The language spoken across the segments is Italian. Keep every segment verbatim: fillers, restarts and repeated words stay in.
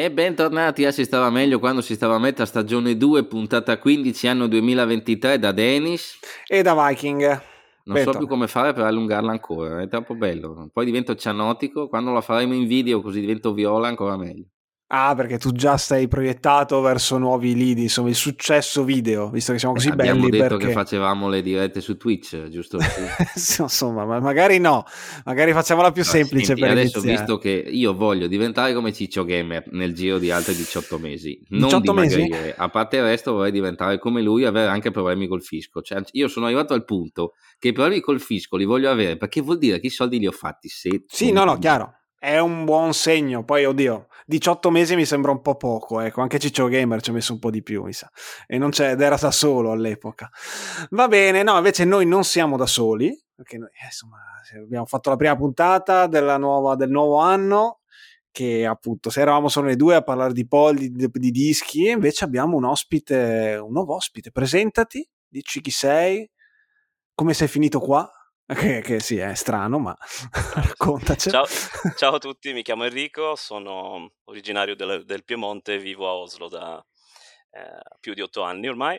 E bentornati a Si stava meglio quando si stava a metà, stagione due, puntata quindici, anno duemilaventitré, da Dennis e da Viking. Non Bentorno. so più come fare per allungarla ancora, è troppo bello. Poi divento cianotico, quando la faremo in video così divento viola, ancora meglio. Ah, perché tu già stai proiettato verso nuovi lead, insomma, il successo video, visto che siamo così Eh, abbiamo belli. detto Perché che facevamo le dirette su Twitch, giusto? Sì. Insomma, ma magari no, magari facciamola più No, semplice senti, per adesso iniziare. visto che io voglio diventare come Ciccio Gamer nel giro di altri diciotto mesi, non diciotto mesi? dimagrire, a parte il resto vorrei diventare come lui e avere anche problemi col fisco. Cioè, io sono arrivato al punto che i problemi col fisco li voglio avere, perché vuol dire che i soldi li ho fatti se Sì, non no, no, mangio. chiaro. È un buon segno. Poi, oddio, diciotto mesi mi sembra un po' poco. Ecco, anche Ciccio Gamer ci ha messo un po' di più, mi sa. E non c'è, ed era da solo all'epoca. Va bene, no, invece noi non siamo da soli, perché noi, eh, insomma, abbiamo fatto la prima puntata della nuova, del nuovo anno, che appunto, se eravamo solo noi due a parlare di polli, di, di dischi, e invece abbiamo un ospite, un nuovo ospite. Presentati, dici chi sei, come sei finito qua. Che, che sì, è strano, ma raccontaci. Ciao, ciao a tutti, mi chiamo Enrico, sono originario del, del Piemonte, vivo a Oslo da eh, più di otto anni ormai.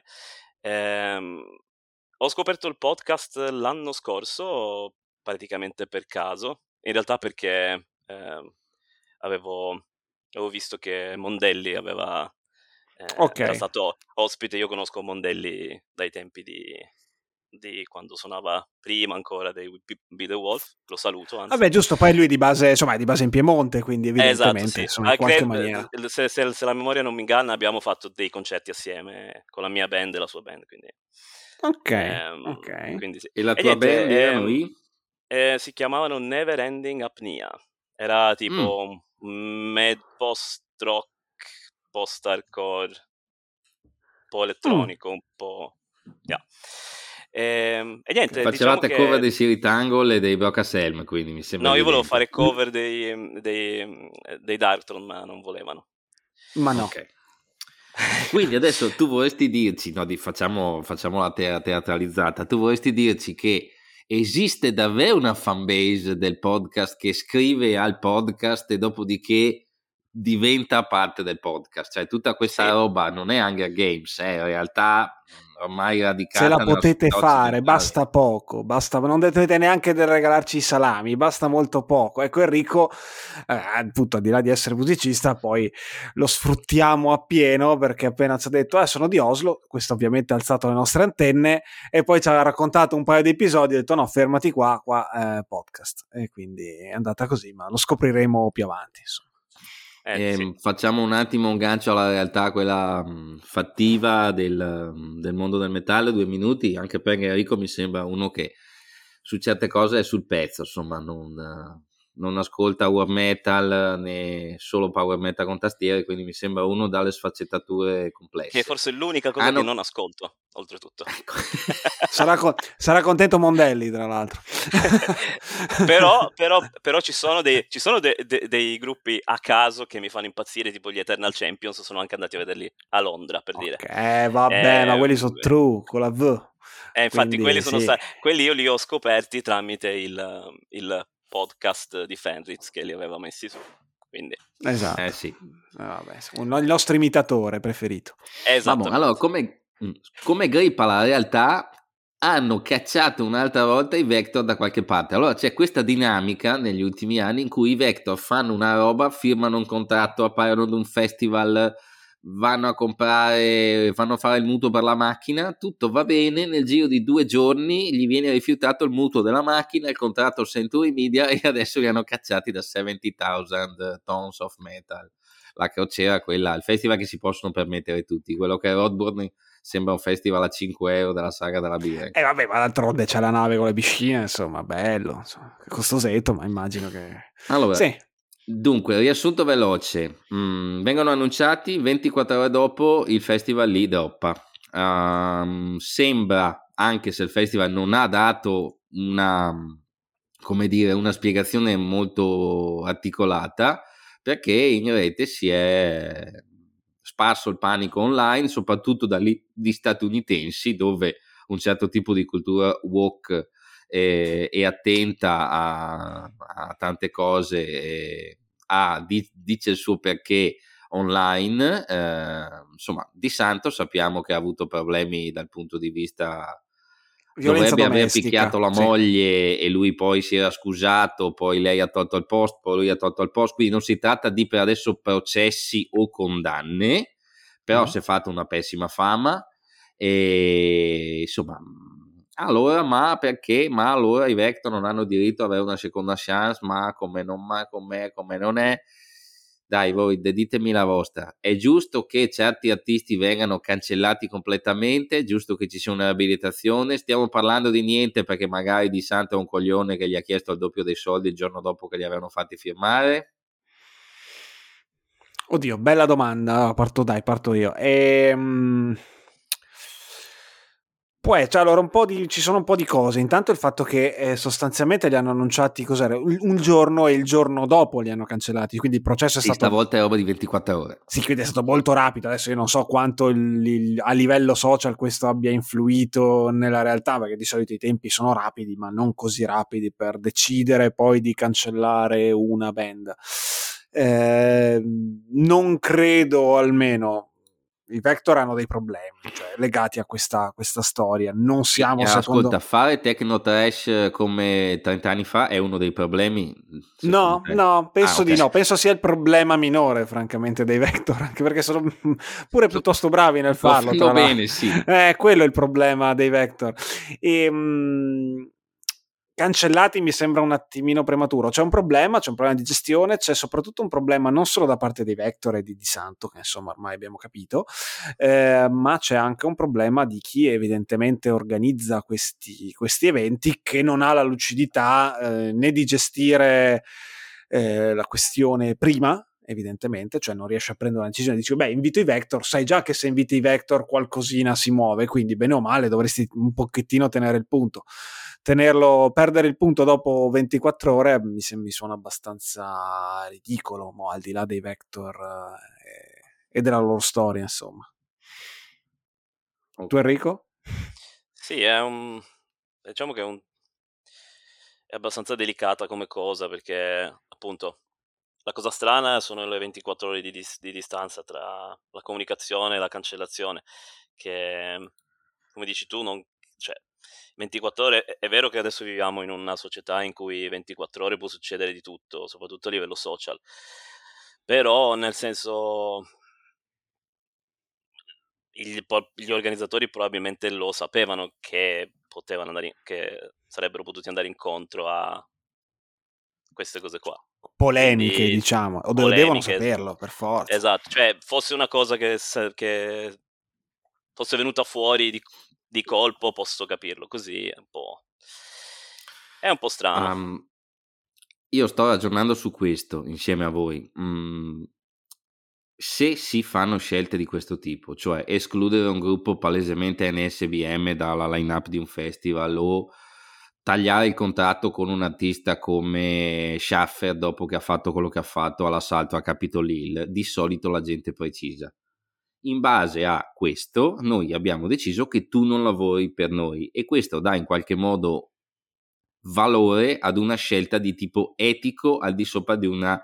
Ehm, ho scoperto il podcast l'anno scorso, praticamente per caso, in realtà perché eh, avevo, avevo visto che Mondelli aveva, eh, Ok. era stato ospite. Io conosco Mondelli dai tempi di... di quando suonava prima ancora dei Be The Wolf, lo saluto anzi. Vabbè, giusto, poi lui di base, insomma, è di base in Piemonte, quindi evidentemente, esatto, sì. insomma, in Ah, qualche cre- maniera. se, se- se la memoria non mi inganna, abbiamo fatto dei concerti assieme con la mia band e la sua band, quindi, Ok, ehm, ok. quindi sì. E la E tua niente, band erano ehm, i? eh, si chiamavano Never Ending Apnea. Era Mm. tipo un med post-rock, post-hardcore, un po' elettronico, un po'... yeah. Ehm, e niente, diciamo Facevate cover che... dei Siri Tangle e dei Broncos Helm, quindi mi sembra No, io volevo evidente. fare cover dei, dei, dei Darktron, ma non volevano. Ma no. Ok. Quindi adesso tu vorresti dirci, no, di, facciamo, facciamo la te- teatralizzata, tu vorresti dirci che esiste davvero una fanbase del podcast che scrive al podcast e dopodiché diventa parte del podcast, cioè tutta questa Sì. roba non è Hunger Games, è in realtà ormai radicata Se la nella potete società fare, occidentale. basta poco, basta, non dovete neanche regalarci i salami, basta molto poco. Ecco, Enrico, eh, appunto, al di là di essere musicista, poi lo sfruttiamo appieno, perché appena ci ha detto, eh, sono di Oslo, questo ovviamente ha alzato le nostre antenne, e poi ci ha raccontato un paio di episodi, ha detto no, fermati qua, qua eh, podcast. E quindi è andata così, ma lo scopriremo più avanti, insomma. Eh, Eh, sì. facciamo un attimo un gancio alla realtà, quella mh, fattiva del, mh, del mondo del metallo, due minuti, anche perché Enrico mi sembra uno che su certe cose è sul pezzo, insomma, non, eh, non ascolta war metal né solo power metal con tastiere, quindi mi sembra uno dalle sfaccettature complesse. Che è forse l'unica cosa Hanno... che non ascolto, oltretutto. Ecco. sarà, co- sarà contento Mondelli, tra l'altro. però, però, però ci sono, dei, ci sono de, de, dei gruppi a caso che mi fanno impazzire, tipo gli Eternal Champions. Sono anche andati a vederli a Londra, per dire. Eh, vabbè, eh, ma quelli sono true, con la V. Eh, infatti, Quindi, quelli sono sì. stati, quelli io li ho scoperti tramite il, il podcast di Fenritz che li aveva messi su. Quindi. Esatto. Eh sì. Eh, vabbè, il nostro imitatore preferito. Esatto. Allora, come, come grippa la realtà, hanno cacciato un'altra volta i Vector da qualche parte. Allora c'è questa dinamica negli ultimi anni in cui i Vector fanno una roba, firmano un contratto, appaiono ad un festival, vanno a comprare, vanno a fare il mutuo per la macchina, tutto va bene, nel giro di due giorni gli viene rifiutato il mutuo della macchina, il contratto Century Media, e adesso li hanno cacciati da seventy-thousand tons of metal. La crociera, quella, il festival che si possono permettere tutti, quello che è Rodburn sembra un festival a cinque euro della saga della birra. E eh vabbè, ma d'altronde c'è la nave con le piscine, insomma, bello, insomma, costosetto, ma immagino che... Allora, sì. Dunque, riassunto veloce, mm, vengono annunciati, ventiquattro ore dopo il festival lì droppa. Um, sembra, anche se il festival non ha dato una, come dire, una spiegazione molto articolata, perché in rete si è sparso il panico online, soprattutto dagli statunitensi, dove un certo tipo di cultura woke e, e attenta a, a tante cose, e ha, di, dice il suo perché online. Eh, insomma, Di Santo sappiamo che ha avuto problemi dal punto di vista, violenza dovrebbe aver domestica, picchiato la sì. moglie e lui poi si era scusato, poi lei ha tolto il post, poi lui ha tolto il post, quindi non si tratta di per adesso processi o condanne, però Mm. si è fatta una pessima fama e insomma, allora ma perché? Ma allora i Vector non hanno diritto ad avere una seconda chance, ma come non, ma com'è, come non è? Dai, voi ditemi la vostra. È giusto che certi artisti vengano cancellati completamente? È giusto che ci sia una riabilitazione? Stiamo parlando di niente perché magari Di Santo è un coglione che gli ha chiesto il doppio dei soldi il giorno dopo che li avevano fatti firmare? Oddio, bella domanda. Parto dai, parto io. Ehm... Poi, cioè, allora un po' di, ci sono un po' di cose. Intanto il fatto che eh, sostanzialmente li hanno annunciati cos'era? Un, un giorno e il giorno dopo li hanno cancellati. Quindi il processo è Sì, stato. stavolta è roba di ventiquattro ore. Sì, quindi è stato molto rapido. Adesso io non so quanto il, il, a livello social questo abbia influito nella realtà, perché di solito i tempi sono rapidi, ma non così rapidi per decidere poi di cancellare una band. Eh, non credo, almeno i Vector hanno dei problemi, cioè, legati a questa, questa storia. Non siamo, Eh, secondo ascolta, fare techno trash come trenta anni fa è uno dei problemi, secondo No, te? no, penso Ah, di ok. no, penso sia il problema minore, francamente, dei Vector, anche perché sono pure piuttosto bravi nel Lo farlo, fanno tra l'altro. bene, sì. Eh, quello è il problema dei Vector. E, mh, cancellati mi sembra un attimino prematuro. C'è un problema, c'è un problema di gestione, c'è soprattutto un problema non solo da parte dei Vector e di Di Santo, che insomma ormai abbiamo capito, eh, ma c'è anche un problema di chi evidentemente organizza questi, questi eventi, che non ha la lucidità eh, né di gestire eh, la questione prima, evidentemente, cioè non riesce a prendere una decisione, dici beh invito i Vector, sai già che se inviti i Vector qualcosina si muove, quindi bene o male dovresti un pochettino tenere il punto. Tenerlo, perdere il punto dopo ventiquattro ore mi, mi suona abbastanza ridicolo, mo, al di là dei Vector eh, e della loro storia, insomma. Tu Enrico? Sì, è un diciamo che è un è abbastanza delicata come cosa, perché appunto la cosa strana sono le ventiquattro ore di, dis- di distanza tra la comunicazione e la cancellazione, che come dici tu, non, cioè, ventiquattro ore, è, è vero che adesso viviamo in una società in cui ventiquattro ore può succedere di tutto, soprattutto a livello social, però nel senso il- gli organizzatori probabilmente lo sapevano che potevano andare in- che sarebbero potuti andare incontro a queste cose qua. Polemiche, Quindi diciamo, o de- devono polemiche, saperlo, per forza. esatto, cioè fosse una cosa che, se- che fosse venuta fuori di, di colpo, posso capirlo, così è un po', è un po' strano. Um, io sto ragionando su questo insieme a voi. Mm, se si fanno scelte di questo tipo, cioè escludere un gruppo palesemente N S B M dalla line-up di un festival o tagliare il contratto con un artista come Schaffer dopo che ha fatto quello che ha fatto all'assalto a Capitol Hill, di solito la gente precisa. In base a questo noi abbiamo deciso che tu non lavori per noi e questo dà in qualche modo valore ad una scelta di tipo etico al di sopra di una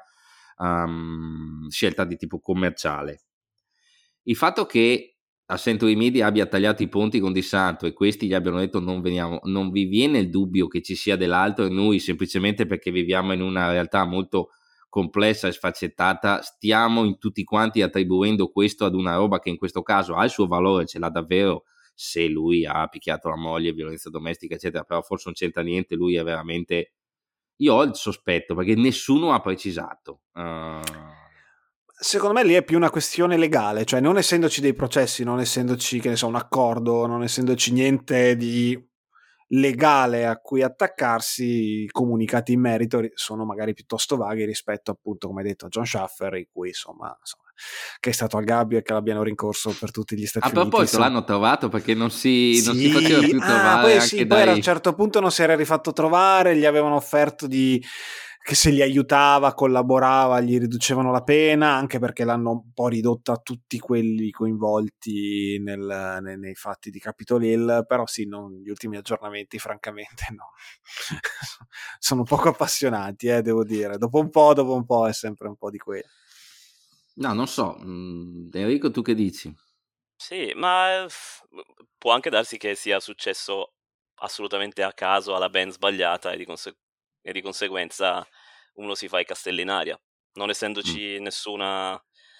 um, scelta di tipo commerciale. Il fatto che a Century Media abbia tagliato i ponti con Di Santo e questi gli abbiano detto non veniamo, non vi viene il dubbio che ci sia dell'altro e noi semplicemente perché viviamo in una realtà molto complessa e sfaccettata stiamo in tutti quanti attribuendo questo ad una roba che in questo caso ha il suo valore, ce l'ha davvero se lui ha picchiato la moglie, violenza domestica eccetera, però forse non c'entra niente, lui è veramente, io ho il sospetto perché nessuno ha precisato uh... Secondo me lì è più una questione legale, cioè non essendoci dei processi, non essendoci, che ne so, un accordo, non essendoci niente di legale a cui attaccarsi, i comunicati in merito sono magari piuttosto vaghi rispetto appunto, come detto, a John Schaffer, in cui insomma, insomma che è stato al gabbio e che l'abbiano rincorso per tutti gli Stati A Uniti. proposito, Insomma. l'hanno trovato perché non si, Sì, non si faceva più ah, trovare poi anche sì, poi era, a un dai... certo punto non si era rifatto trovare, gli avevano offerto di che se li aiutava, collaborava, gli riducevano la pena, anche perché l'hanno un po' ridotta a tutti quelli coinvolti nel, nei, nei fatti di Capitol Hill, però sì, non, gli ultimi aggiornamenti francamente no. Sono poco appassionati, eh, devo dire, dopo un po', dopo un po' è sempre un po' di quello. No, non so. Mm, Enrico, tu che dici? Sì, ma f- può anche darsi che sia successo assolutamente a caso alla band sbagliata e di, conse- e di conseguenza uno si fa i castelli in aria, non Mm. essendoci nessuna,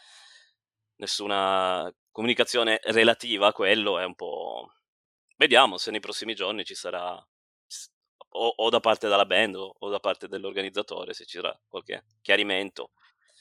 nessuna comunicazione relativa a quello. È un po'... Vediamo se nei prossimi giorni ci sarà, s- o, o da parte della band o, o da parte dell'organizzatore, se ci sarà qualche chiarimento.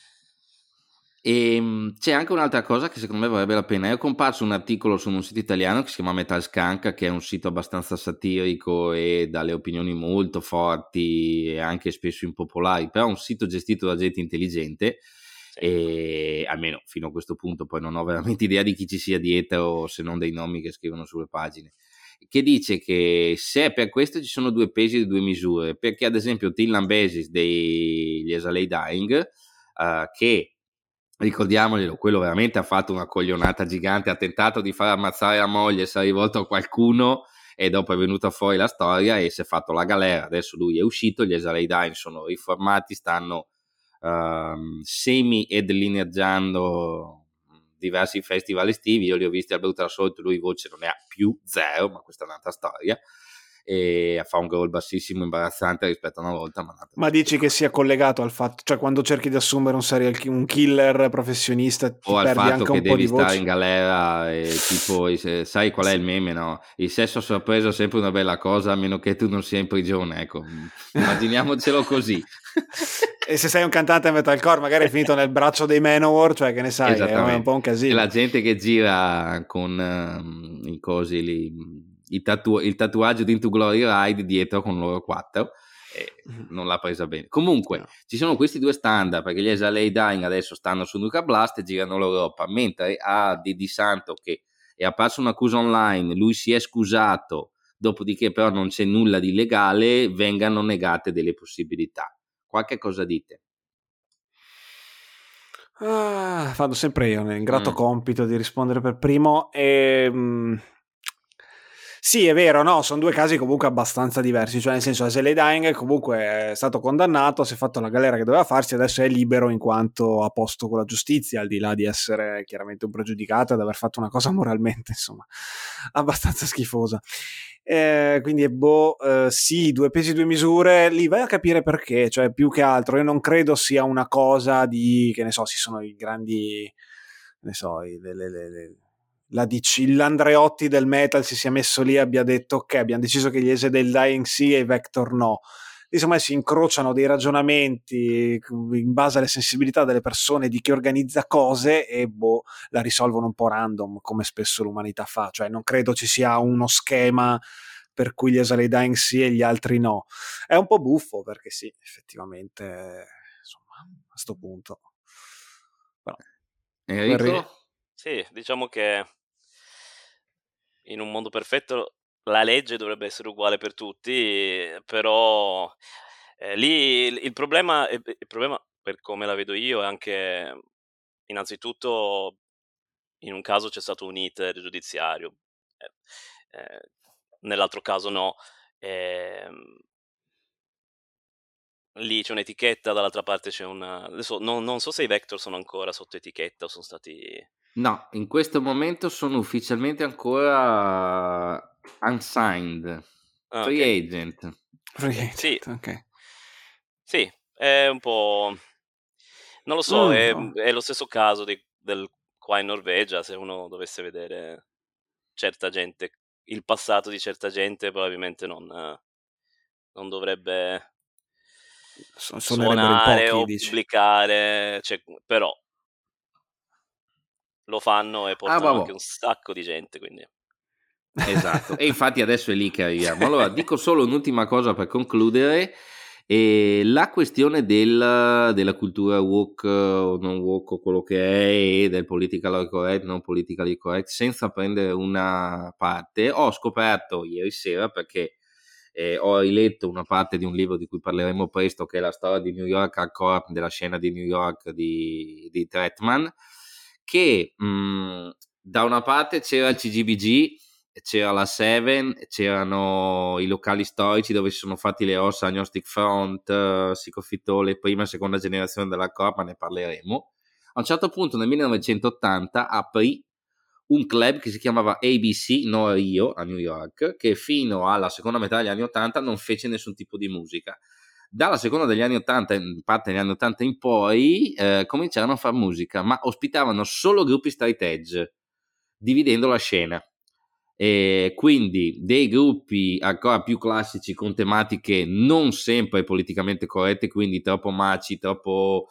E mh, c'è anche un'altra cosa che secondo me varrebbe la pena. È comparso un articolo su un sito italiano che si chiama Metal Scanca, che è un sito abbastanza satirico e dalle opinioni molto forti e anche spesso impopolari, però è un sito gestito da gente intelligente. Sì. E almeno fino a questo punto poi non ho veramente idea di chi ci sia dietro, se non dei nomi che scrivono sulle pagine, che dice che se è per questo ci sono due pesi e due misure, perché ad esempio Tim Lambesis degli Esalei Dying, uh, che ricordiamoglielo, quello veramente ha fatto una coglionata gigante, ha tentato di far ammazzare la moglie, si è rivolto a qualcuno e dopo è venuta fuori la storia e si è fatto la galera. Adesso lui è uscito, gli Esalei Dying sono riformati, stanno uh, semi-edlineggiando diversi festival estivi. Io li ho visti al Brutto Assolto, lui voce non ne ha più zero, ma questa è un'altra storia, e fa un gol bassissimo imbarazzante rispetto a una volta. Ma, ma dici che sia collegato al fatto, cioè quando cerchi di assumere un serial un killer professionista ti o al perdi fatto anche che un po' di devi stare in voci? galera e tipo, sai qual è il meme, no? Il sesso a sorpresa è sempre una bella cosa a meno che tu non sia in prigione, ecco, immaginiamocelo così. E se sei un cantante metalcore magari è finito nel braccio dei Manowar, cioè che ne sai, è un po' un Esattamente, e casino. la gente che gira con um, i cosi lì, i tatu- il tatuaggio di Into Glory Ride dietro con loro quattro, e non l'ha presa bene. Comunque No. ci sono questi due standard, perché gli Esalei Dying adesso stanno su Nuka Blast e girano l'Europa, mentre a Di Di Santo, che è apparso un'accusa online, lui si è scusato, dopodiché però non c'è nulla di illegale, vengano negate delle possibilità. Qualche cosa dite? Ah, vado sempre io nel ingrato Mm. compito di rispondere per primo. E, mm, sì, è vero, no, sono due casi comunque abbastanza diversi, cioè nel senso Aseley Dying comunque è stato condannato, si è fatto la galera che doveva farsi, adesso è libero in quanto a posto con la giustizia, al di là di essere chiaramente un pregiudicato ed aver fatto una cosa moralmente, insomma, abbastanza schifosa. Eh, quindi boh, eh, sì, due pesi due misure, lì vai a capire perché, cioè più che altro io non credo sia una cosa di, che ne so, si sono i grandi, ne so, i, le, le, le, le la D C, l'Andreotti del metal si sia messo lì e abbia detto ok, abbiamo deciso che gli Ese del Dying sì e i Vector no. Insomma si incrociano dei ragionamenti in base alle sensibilità delle persone, di chi organizza cose, e boh, la risolvono un po' random come spesso l'umanità fa, cioè non credo ci sia uno schema per cui gli Esalei Dying sì e gli altri no. È un po' buffo perché sì, effettivamente, insomma, a sto punto. Però, Enrico? Sì, diciamo che in un mondo perfetto la legge dovrebbe essere uguale per tutti, però eh, lì il, il problema, il, il problema, per come la vedo io, è anche innanzitutto in un caso c'è stato un iter giudiziario, eh, eh, nell'altro caso no. Eh, lì c'è un'etichetta, dall'altra parte c'è una... Adesso non, non so se i Vector sono ancora sotto etichetta o sono stati... No, in questo momento sono ufficialmente ancora unsigned, Ah, free ok. agent. Free Sì, agent, ok. sì, è un po'... Non lo so, Mm, è, no. è lo stesso caso di, del qua in Norvegia, se uno dovesse vedere certa gente, il passato di certa gente, probabilmente non, non dovrebbe So- suonerebbero in suonare pochi, o dici. pubblicare, cioè, però lo fanno e Ah, portano anche vabbè. un sacco di gente, quindi... Esatto, e infatti adesso è lì che arriviamo. Allora, dico solo un'ultima cosa per concludere. E la questione del, della cultura woke o non woke o quello che è, e del politically correct, non politically correct, senza prendere una parte, ho scoperto ieri sera, perché eh, ho riletto una parte di un libro di cui parleremo presto, che è la storia di New York hardcore, della scena di New York di, di Tretman, che mh, da una parte c'era il C G B G, c'era la Seven, c'erano i locali storici dove si sono fatti le ossa, Agnostic Front, uh, Psychofitole, prima e seconda generazione della Corp, ma ne parleremo. A un certo punto nel millenovecentottanta aprì un club che si chiamava A B C, no Rio, a New York, che fino alla seconda metà degli anni ottanta non fece nessun tipo di musica. Dalla seconda degli anni ottanta, in parte degli anni ottanta in poi, eh, cominciarono a fare musica, ma ospitavano solo gruppi straight edge, dividendo la scena. E quindi dei gruppi ancora più classici con tematiche non sempre politicamente corrette, quindi troppo maci, troppo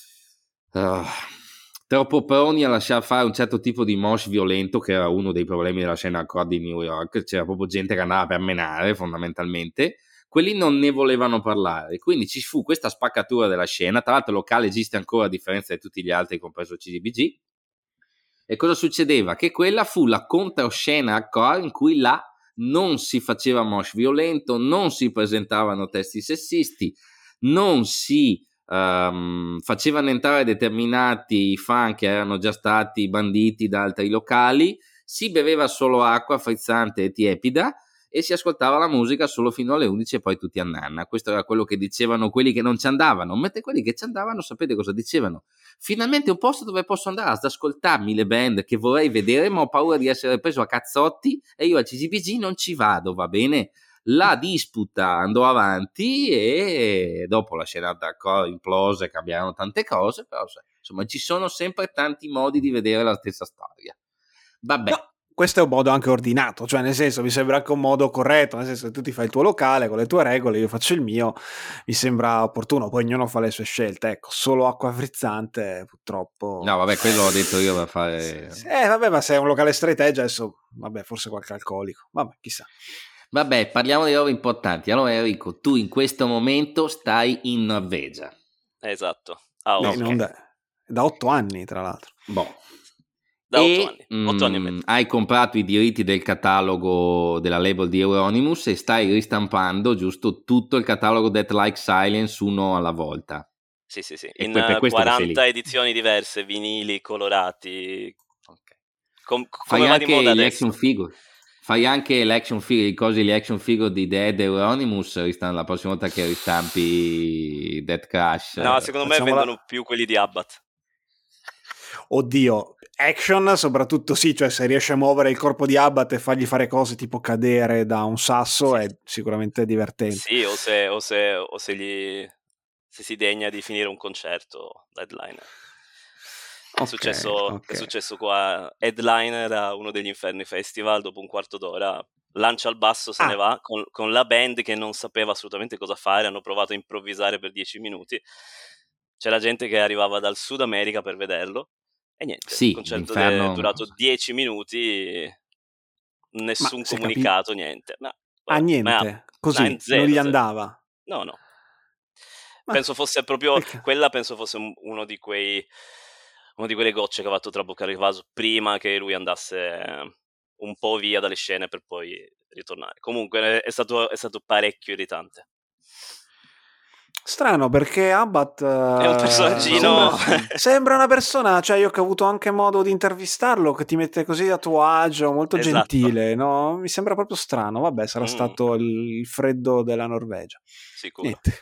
uh, troppo proni a lasciare fare un certo tipo di mosh violento, che era uno dei problemi della scena hardcore di New York. C'era proprio gente che andava per menare fondamentalmente. Quelli non ne volevano parlare, quindi ci fu questa spaccatura della scena. Tra l'altro il locale esiste ancora a differenza di tutti gli altri, compreso C D B G. E cosa succedeva? Che quella fu la controscena hardcore in cui là non si faceva mosh violento, non si presentavano testi sessisti, non si um, facevano entrare determinati fan che erano già stati banditi da altri locali, si beveva solo acqua frizzante e tiepida e si ascoltava la musica solo fino alle undici e poi tutti a nanna. Questo era quello che dicevano quelli che non ci andavano, mentre quelli che ci andavano sapete cosa dicevano? Finalmente un posto dove posso andare ad ascoltarmi le band che vorrei vedere, ma ho paura di essere preso a cazzotti e io al C G B G non ci vado, va bene? La disputa andò avanti e dopo la scena hardcore implose, cambiarono tante cose, però insomma ci sono sempre tanti modi di vedere la stessa storia. Vabbè. No, questo è un modo anche ordinato, cioè nel senso mi sembra anche un modo corretto, nel senso che tu ti fai il tuo locale con le tue regole, io faccio il mio, mi sembra opportuno, poi ognuno fa le sue scelte, ecco, solo acqua frizzante purtroppo... No vabbè, quello l'ho detto io per fare... Eh vabbè, ma se è un locale straight edge adesso, vabbè, forse qualche alcolico, vabbè, chissà. Vabbè, parliamo di robe importanti. Allora Enrico, tu in questo momento stai in Norvegia. Esatto, a No, Oslo. non da, da otto anni tra l'altro. Boh. Da e otto anni, otto anni e mezzo. Hai comprato i diritti del catalogo della label di Euronymous e stai ristampando giusto tutto il catalogo Death Like Silence uno alla volta. Sì, sì, sì, E in per quaranta edizioni diverse, vinili, colorati, okay. Com- Fai come va di anche moda gli adesso. action figure. Fai anche l'action figure, i cosi, gli action figure di Dead Euronymous la prossima volta che ristampi Death Crash. No, secondo me Facciamola... vendono più quelli di Abbat. Oddio, action soprattutto sì, cioè se riesce a muovere il corpo di Abbat e fargli fare cose tipo cadere da un sasso Sì. è sicuramente divertente. Sì, o se, o se, o se, gli, se si degna di finire un concerto, Headliner. È, okay, successo, okay. è successo qua, Headliner a uno degli Inferni Festival, dopo un quarto d'ora lancia il basso, se ah. ne va, con, con la band che non sapeva assolutamente cosa fare, hanno provato a improvvisare per dieci minuti, c'era gente che arrivava dal Sud America per vederlo, e niente, sì, il concerto è durato dieci minuti, nessun comunicato, capi... niente. Ma, ah, niente, ma, così, ma zero, non gli zero. andava? No, no. Ma penso fosse proprio, perché? quella penso fosse uno di quei, uno di quelle gocce che ha fatto traboccare il vaso prima che lui andasse un po' via dalle scene per poi ritornare. Comunque è stato, è stato parecchio irritante. Strano, perché Abbat è un personaggino sembra, sembra una persona, cioè io che ho avuto anche modo di intervistarlo, che ti mette così a tuo agio, molto esatto. gentile, no? Mi sembra proprio strano. Vabbè, sarà mm. stato il freddo della Norvegia. Sicuro. Niente.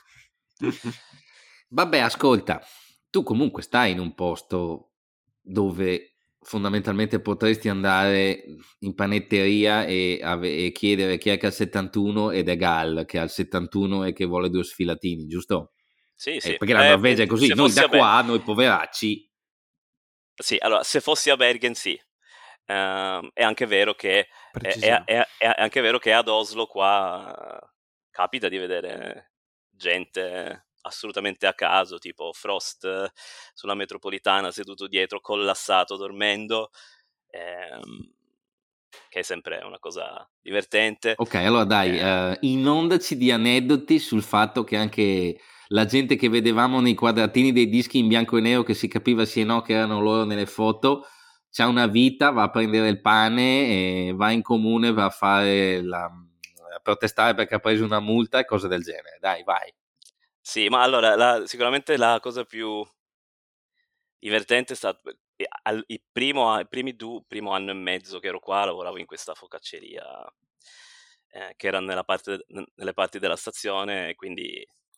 Vabbè, ascolta, tu comunque stai in un posto dove fondamentalmente potresti andare in panetteria e, ave- e chiedere chi è che ha il settantuno ed è Gal che ha il settantuno e che vuole due sfilatini, giusto? Sì, eh, sì. perché la eh, Norvegia è così, noi da qua, noi poveracci. Sì, allora, se fossi a Bergen sì. Uh, è anche vero che è, è, è, è anche vero che ad Oslo qua uh, capita di vedere gente assolutamente a caso, tipo Frost uh, sulla metropolitana seduto dietro, collassato, dormendo, ehm, che è sempre una cosa divertente. Ok, allora dai, eh. uh, inondaci di aneddoti sul fatto che anche la gente che vedevamo nei quadratini dei dischi in bianco e nero, che si capiva sì e no che erano loro nelle foto, c'ha una vita, va a prendere il pane e va in comune, va a fare la, a protestare perché ha preso una multa e cose del genere. Dai, vai. Sì, ma allora la, sicuramente la cosa più divertente è stato al, il primo, il primi due, primo anno e mezzo che ero qua, lavoravo in questa focacceria eh, che era nella parte, nelle parti della stazione, quindi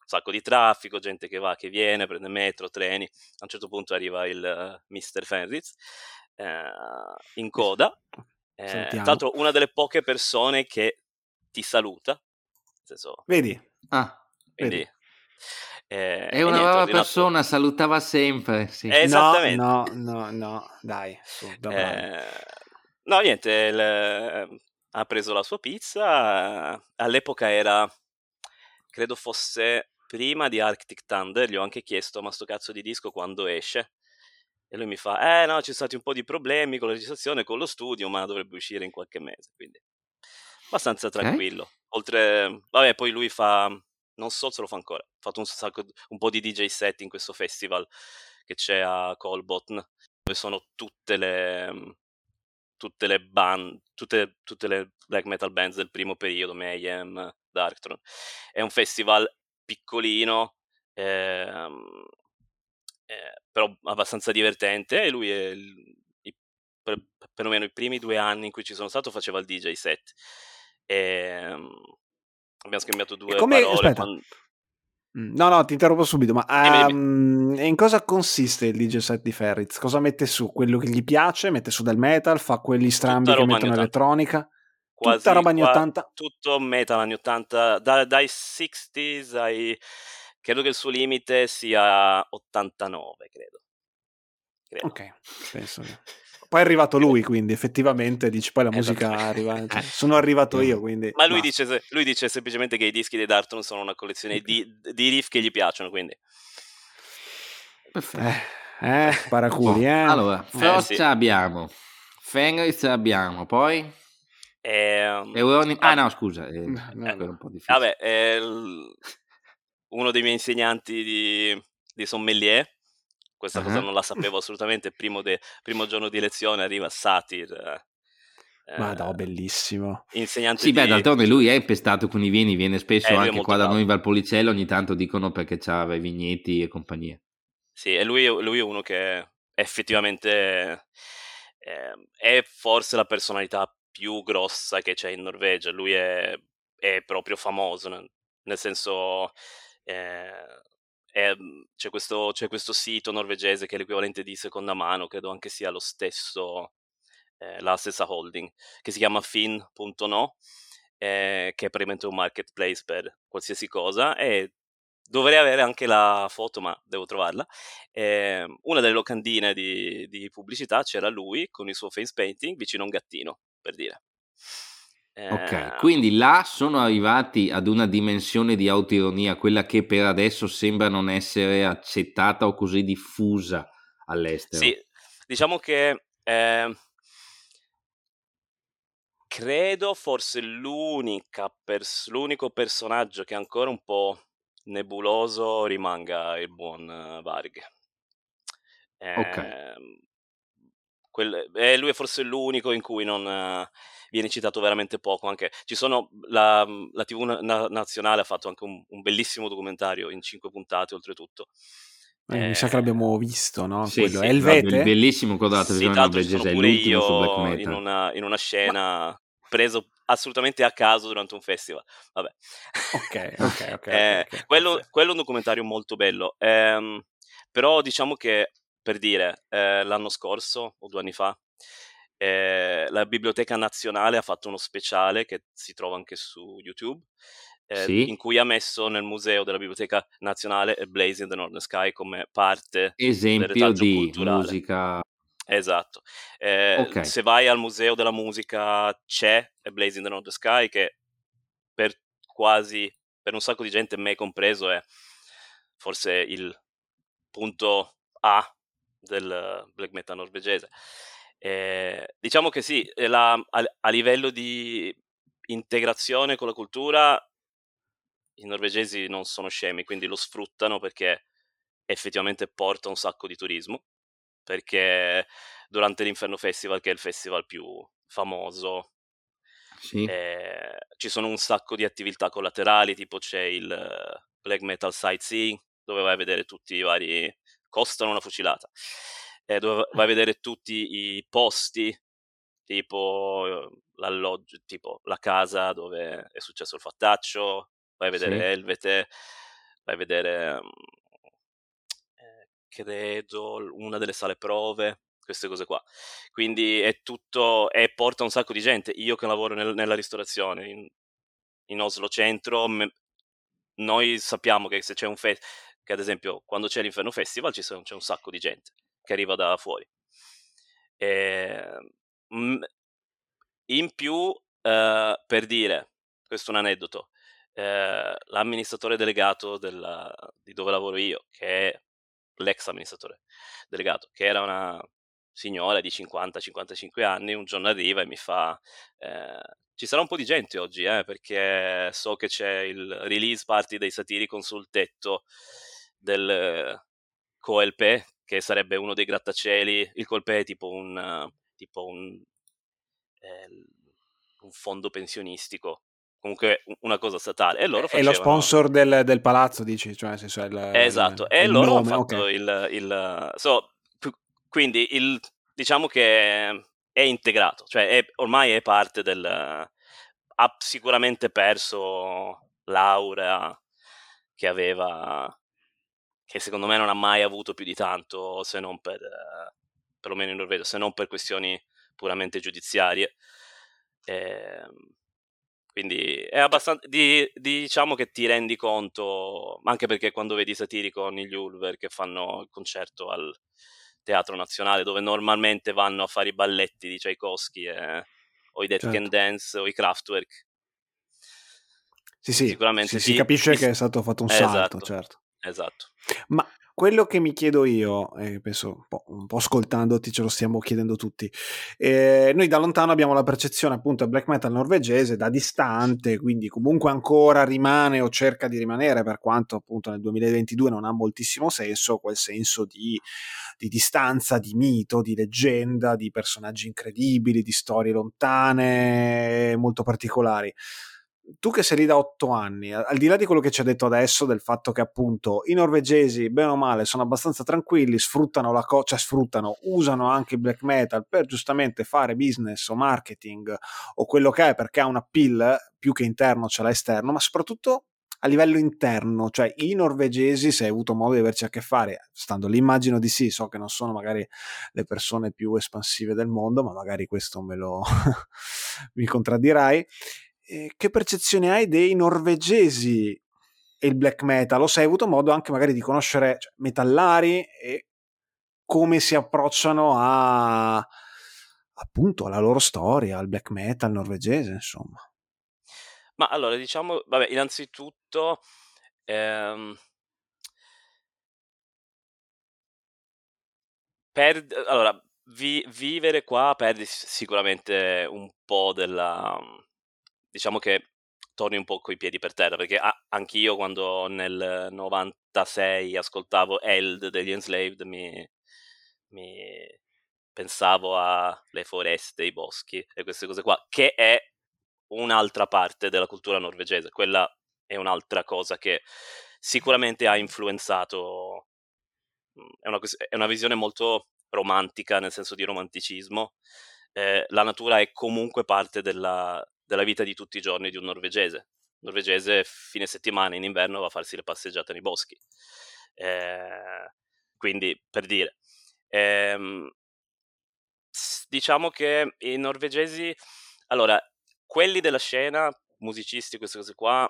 sacco di traffico, gente che va, che viene, prende metro, treni. A un certo punto arriva il uh, mister Fenriz eh, in coda, eh, tra l'altro una delle poche persone che ti saluta, nel senso, vedi? Ah, quindi vedi. eh, è e una niente, ho brava ordinato... persona, salutava sempre. Sì. Eh, No, esattamente. no, no, no, dai, su, da bravi. Eh, no, niente, il- ha preso la sua pizza, eh, all'epoca era, credo fosse prima di Arctic Thunder, gli ho anche chiesto, ma sto cazzo di disco quando esce? E lui mi fa, eh no, ci sono stati un po' di problemi con la registrazione, con lo studio, ma dovrebbe uscire in qualche mese, quindi abbastanza Ok. tranquillo. Oltre, vabbè, poi lui fa, non so se lo fa ancora, ha fatto un sacco, un po' di D J set in questo festival che c'è a Colbotn, dove sono tutte le tutte le band, tutte, tutte le black metal bands del primo periodo, Mayhem, Darkthrone. È un festival piccolino, ehm, eh, però abbastanza divertente, e lui è il, i, per, perlomeno i primi due anni in cui ci sono stato faceva il D J set. E, um, abbiamo scambiato due E come, parole. aspetta, Quando... no, no, ti interrompo subito, ma Dimmi, dimmi. um, in cosa consiste il D J set di Ferriz? Cosa mette su? Quello che gli piace? Mette su del metal? Fa quelli strambi Tutta che roba mettono anni ottanta. elettronica? Tutta Quasi roba anni qua, ottanta? tutto metal anni ottanta, da, dai sessanta ai... credo che il suo limite sia ottantanove, credo. credo. Ok, penso che... Poi è arrivato lui, quindi effettivamente dici poi la musica arriva, cioè, sono arrivato io, quindi... Ma lui basta. dice, lui dice semplicemente che i dischi dei Darkthrone sono una collezione Okay. di, di riff che gli piacciono, quindi... Perfetto. Eh, eh, paraculi, Oh, eh. allora, Eh, Frost sì. abbiamo, Fenris abbiamo, poi Ehm, Euroni... Ah vabbè, no, scusa, eh, No, no, quello è no. un po' difficile. vabbè, è il- uno dei miei insegnanti di, di sommelier, questa cosa Ah. non la sapevo assolutamente, primo, de- primo giorno di lezione arriva Satir, eh, Ma no, bellissimo. insegnante Sì, beh, di... d'altronde lui è impestato con i vini, viene spesso Eh, lui è anche molto qua da bravo. noi in Valpolicella, ogni tanto dicono perché c'ha i vigneti e compagnia. Sì, e lui, lui è uno che effettivamente eh, è forse la personalità più grossa che c'è in Norvegia. Lui è, è proprio famoso, nel, nel senso eh, è- c'è, questo, c'è questo sito norvegese che è l'equivalente di Seconda Mano, credo anche sia lo stesso, eh, la stessa holding, che si chiama fin punto no, eh, che è praticamente un marketplace per qualsiasi cosa, e dovrei avere anche la foto, ma devo trovarla. Eh, una delle locandine di, di pubblicità c'era lui con il suo face painting vicino a un gattino, per dire. Ok, Eh, quindi là sono arrivati ad una dimensione di autoironia, quella che per adesso sembra non essere accettata o così diffusa all'estero. sì, diciamo che eh, credo forse l'unica pers- l'unico personaggio che è ancora un po' nebuloso rimanga il buon eh, Varg. Ok, Ehm, quel- eh, lui è forse l'unico in cui non eh, viene citato veramente poco. Anche ci sono la, la tivù na- na- nazionale ha fatto anche un, un bellissimo documentario in cinque puntate, oltretutto. Eh, mi sa che Eh, l'abbiamo visto, no? sì, Quello. È sì, il no, be- Vete? bellissimo quello della sì, televisione tra l'altro ci sono norvegese, è pure l'ultimo su black io in metal. una, in una Ma... scena preso assolutamente a caso durante un festival. Vabbè. Ok, ok, ok, ok, Eh, ok, quello, perfetto. quello è un documentario molto bello. Ehm, però diciamo che, per dire, eh, l'anno scorso o due anni fa, eh, la Biblioteca Nazionale ha fatto uno speciale che si trova anche su YouTube, eh, in Sì, cui ha messo nel museo della Biblioteca Nazionale Blazing the Northern Sky come parte del esempio retaggio di culturale. musica. Esatto. Eh, Ok, se vai al Museo della Musica c'è A Blazing the Northern Sky, che per quasi, per un sacco di gente, me compreso, è forse il punto A del black metal norvegese. Eh, diciamo che sì, la, a, a livello di integrazione con la cultura i norvegesi non sono scemi, quindi lo sfruttano perché effettivamente porta un sacco di turismo, perché durante l'Inferno Festival, che è il festival più famoso, sì, eh, ci sono un sacco di attività collaterali, tipo c'è il eh, Black Metal Sightseeing, dove vai a vedere tutti i vari... costano una fucilata, eh, dove vai a vedere tutti i posti, tipo eh, l'alloggio, tipo la casa dove è successo il fattaccio, vai a vedere sì. Elvete, vai a vedere, eh, credo, una delle sale prove, queste cose qua. Quindi è tutto, e porta un sacco di gente. Io che lavoro nel, nella ristorazione in, in Oslo Centro, me, noi sappiamo che se c'è un festival, che ad esempio quando c'è l'Inferno Festival ci sono, c'è un sacco di gente che arriva da fuori. E, mh, in più, eh, per dire, questo è un aneddoto, eh, l'amministratore delegato della, di dove lavoro io, che è l'ex amministratore delegato, che era una signora di cinquanta cinquantacinque anni, un giorno arriva e mi fa eh, ci sarà un po' di gente oggi, eh, perché so che c'è il release party dei Satiricon sul tetto del eh, Coelpe, che sarebbe uno dei grattacieli. Il Coelpe è tipo un, uh, tipo un, eh, un fondo pensionistico, comunque una cosa statale, e loro È lo facevano... sponsor del, del palazzo, dici? Cioè, nel senso, è il, Esatto, il- è e il loro hanno nome, fatto ok. il... il so, qu- quindi il, diciamo che è integrato, cioè è, ormai è parte del... ha sicuramente perso l'aura che aveva, che secondo me non ha mai avuto più di tanto, se non per, eh, perlomeno in Norvegia, se non per questioni puramente giudiziarie. Ehm, quindi è abbastanza, di- diciamo che ti rendi conto, anche perché quando vedi Satiricon, gli Ulver che fanno il concerto al Teatro Nazionale, dove normalmente vanno a fare i balletti di Tchaikovsky, e, o i Dead Can Certo. Dance o i Kraftwerk, Sì, sì, si, sicuramente si ti, capisce ti... che è stato fatto un salto, Esatto, certo. esatto. Ma quello che mi chiedo io, e penso un po', un po' ascoltandoti ce lo stiamo chiedendo tutti, eh, noi da lontano abbiamo la percezione appunto del black metal norvegese da distante, quindi comunque ancora rimane o cerca di rimanere, per quanto appunto nel duemilaventidue non ha moltissimo senso, quel senso di, di distanza, di mito, di leggenda, di personaggi incredibili, di storie lontane, molto particolari. Tu che sei lì da otto anni, al di là di quello che ci ha detto adesso, del fatto che appunto i norvegesi, bene o male, sono abbastanza tranquilli, sfruttano la cosa, cioè sfruttano, usano anche il black metal per giustamente fare business o marketing o quello che è, perché ha un appeal più che interno, ce l'ha esterno, ma soprattutto a livello interno, cioè i norvegesi, se hai avuto modo di averci a che fare, stando lì immagino di sì, so che non sono magari le persone più espansive del mondo, ma magari questo me lo mi contraddirai. Eh, che percezione hai dei norvegesi e il black metal? O se hai avuto modo anche magari di conoscere, cioè, metallari e come si approcciano a appunto alla loro storia, al black metal norvegese, insomma. Ma allora, diciamo, vabbè, innanzitutto, ehm, per, allora, vi- vivere qua perdi s- sicuramente un po' della, diciamo che torni un po' coi piedi per terra, perché ah, anch'io quando nel novantasei ascoltavo Eld degli Enslaved mi, mi pensavo alle foreste, ai boschi e queste cose qua, che è un'altra parte della cultura norvegese. Quella è un'altra cosa che sicuramente ha influenzato. È una, è una visione molto romantica, nel senso di romanticismo. Eh, la natura è comunque parte della, della vita di tutti i giorni di un norvegese. Un norvegese fine settimana in inverno va a farsi le passeggiate nei boschi. Eh, quindi, per dire, ehm, diciamo che i norvegesi, allora, quelli della scena, musicisti, queste cose qua,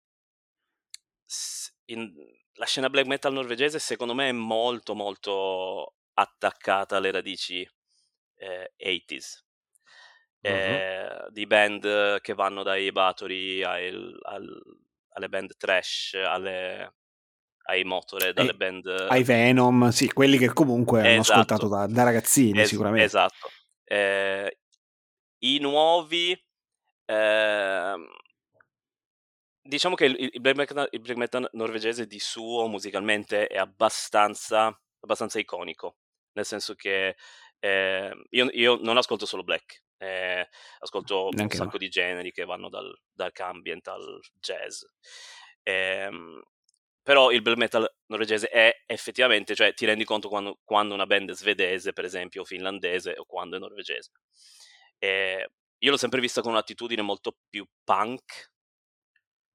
in, la scena black metal norvegese secondo me è molto molto attaccata alle radici eh, ottanta, Uh-huh. eh, di band che vanno dai Bathory ai, al, alle band trash, alle, ai Motorhead, alle E band... ai Venom, sì, quelli che comunque hanno ascoltato Esatto, da, da ragazzini es- sicuramente. esatto. Eh, I nuovi... ehm, diciamo che il, il black metal, il black metal norvegese di suo musicalmente è abbastanza, abbastanza iconico, nel senso che eh, io, io non ascolto solo black, eh, ascolto un Neanche noi. sacco di generi che vanno dal dark ambient al jazz. Ehm, però il black metal norvegese è effettivamente, cioè ti rendi conto quando, quando una band è svedese, per esempio, o finlandese, o quando è norvegese. Eh, io l'ho sempre vista con un'attitudine molto più punk,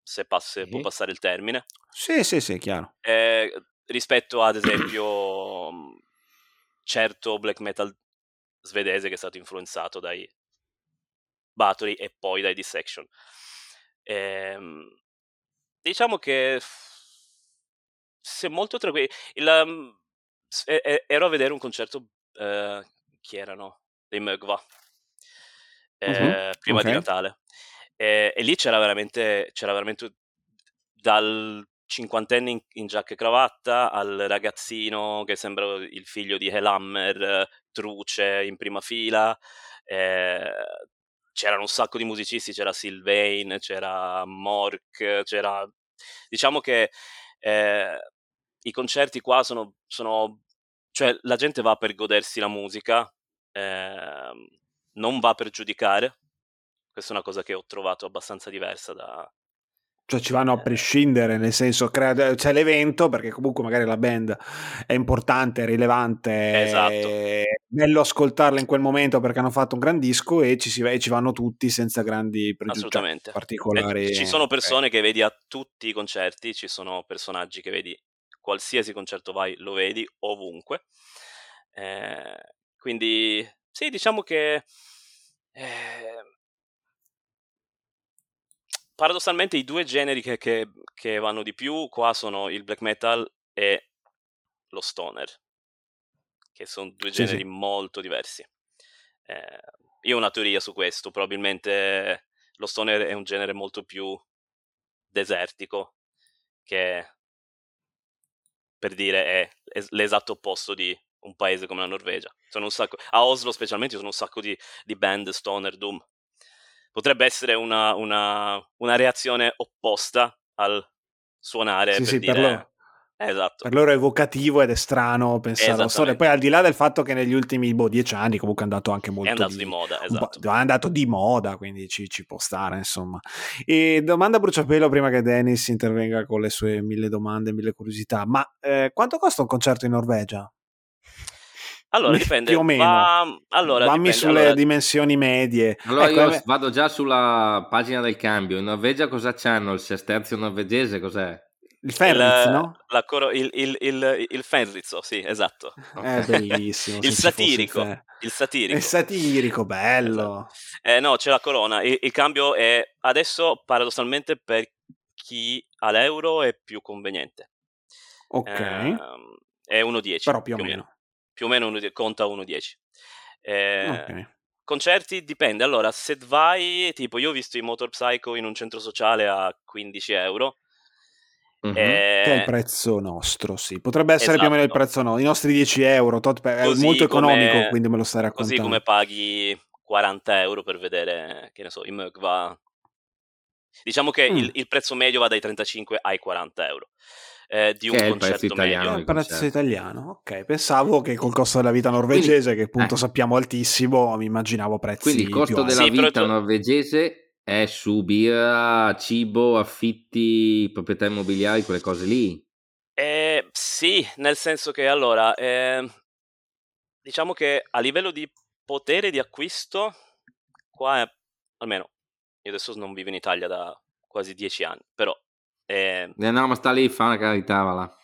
se passe, Sì. può passare il termine. Sì, sì, sì, chiaro. Eh, rispetto ad esempio certo black metal svedese che è stato influenzato dai Bathory e poi dai Dissection. Ehm, diciamo che se molto tranquillo. Il, um, e- e- ero a vedere un concerto, eh, chi erano? Dei Mögva, Mhm, eh, prima di ok. Natale. E, e lì c'era veramente, c'era veramente dal cinquantenne in, in giacca e cravatta al ragazzino che sembra il figlio di Hellhammer, truce in prima fila. Eh, c'erano un sacco di musicisti, c'era Sylvain, c'era Mork, c'era... Diciamo che eh, i concerti qua sono, sono... cioè la gente va per godersi la musica, eh, non va per giudicare. Questa è una cosa che ho trovato abbastanza diversa da... Cioè ci vanno a eh, prescindere, nel senso crea- c'è l'evento perché comunque magari la band è importante, è rilevante, Esatto. è bello ascoltarla in quel momento perché hanno fatto un gran disco e ci, si, e ci vanno tutti senza grandi pregiudizi, cioè, Assolutamente. E particolari. ci sono persone Ok. che vedi a tutti i concerti, ci sono personaggi che vedi qualsiasi concerto vai, lo vedi ovunque. Eh, quindi sì, diciamo che eh, paradossalmente i due generi che, che, che vanno di più qua sono il black metal e lo stoner, che sono due Sì, generi sì. molto diversi. Eh, io ho una teoria su questo, probabilmente lo stoner è un genere molto più desertico, che per dire è es- l'esatto opposto di un paese come la Norvegia. Sono un sacco, a Oslo specialmente ci sono un sacco di, di band stoner doom. Potrebbe essere una, una, una reazione opposta al suonare Sì, per sì, per loro. dire... Eh, esatto, Per loro è evocativo ed è strano pensare alla storia. Poi esattamente. al di là del fatto che negli ultimi boh, dieci anni comunque è andato anche È molto andato di di... moda, un po', esatto. è andato di moda, quindi ci, ci può stare, insomma. E domanda a bruciapelo prima che Dennis intervenga con le sue mille domande, mille curiosità. Ma eh, quanto costa un concerto in Norvegia? Allora, Più dipende, o meno. va... Allora, Vammi dipende, sulle allora... dimensioni medie. Allora Ecco, io eh, vado già sulla pagina del cambio. In Norvegia cosa c'hanno? Il sesterzio norvegese cos'è? il Il, Fenriz, no? la coro- il, il, il, il Fenrizzo, sì, esatto. È bellissimo Il se ci fosse il satirico, Fenriz. il È satirico. satirico, Esatto. bello. Eh, no, c'è la corona. Il, il cambio è adesso paradossalmente per chi ha l'euro è più conveniente. Ok, Ehm, è uno virgola dieci però più o più o meno. meno. Più o meno uno, conta uno virgola dieci. Ok. Eh, concerti dipende. Allora, se vai, tipo, io ho visto i Motor Psycho in un centro sociale a quindici euro. Mhm. Che è il Eh, prezzo nostro, sì. Potrebbe essere più o meno il esatto. prezzo nostro. I nostri dieci euro, tot per- è molto Così economico, come, quindi me lo stai così come raccontando. paghi quaranta euro per vedere, che ne so, i Mögva. Diciamo che il, Mm. il prezzo medio va dai trentacinque ai quaranta euro eh, di Che un è il prezzo concerto italiano È medio. il di prezzo concerto. italiano, ok. Pensavo che col costo della vita Quindi, norvegese, che appunto eh, sappiamo altissimo, mi immaginavo quindi il prezzi più costo della alti. Sì, però vita tu- norvegese è su birra, cibo, affitti, proprietà immobiliari, quelle cose lì. eh, sì, nel senso che allora, eh, diciamo che a livello di potere di acquisto, qua è, almeno, io adesso non vivo in Italia da quasi dieci anni, però... eh, Eh, no, ma sta lì, fa una carità, va là.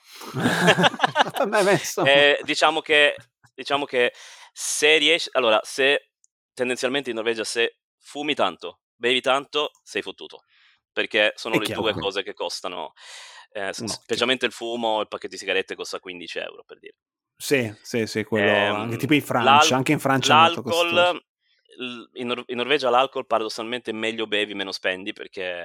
A me messo. eh, diciamo che diciamo che se riesci, allora, se tendenzialmente in Norvegia se fumi tanto, bevi tanto, sei fottuto, perché sono È le due chiaro. cose che costano, eh, s- Un occhio. specialmente il fumo, il pacchetto di sigarette costa quindici euro per dire. Sì, sì, sì, quello anche Ehm, tipo in Francia, l'al- anche in Francia è molto costoso. l'alcol, l- in, Nor- in Norvegia l'alcol paradossalmente meglio bevi, meno spendi, perché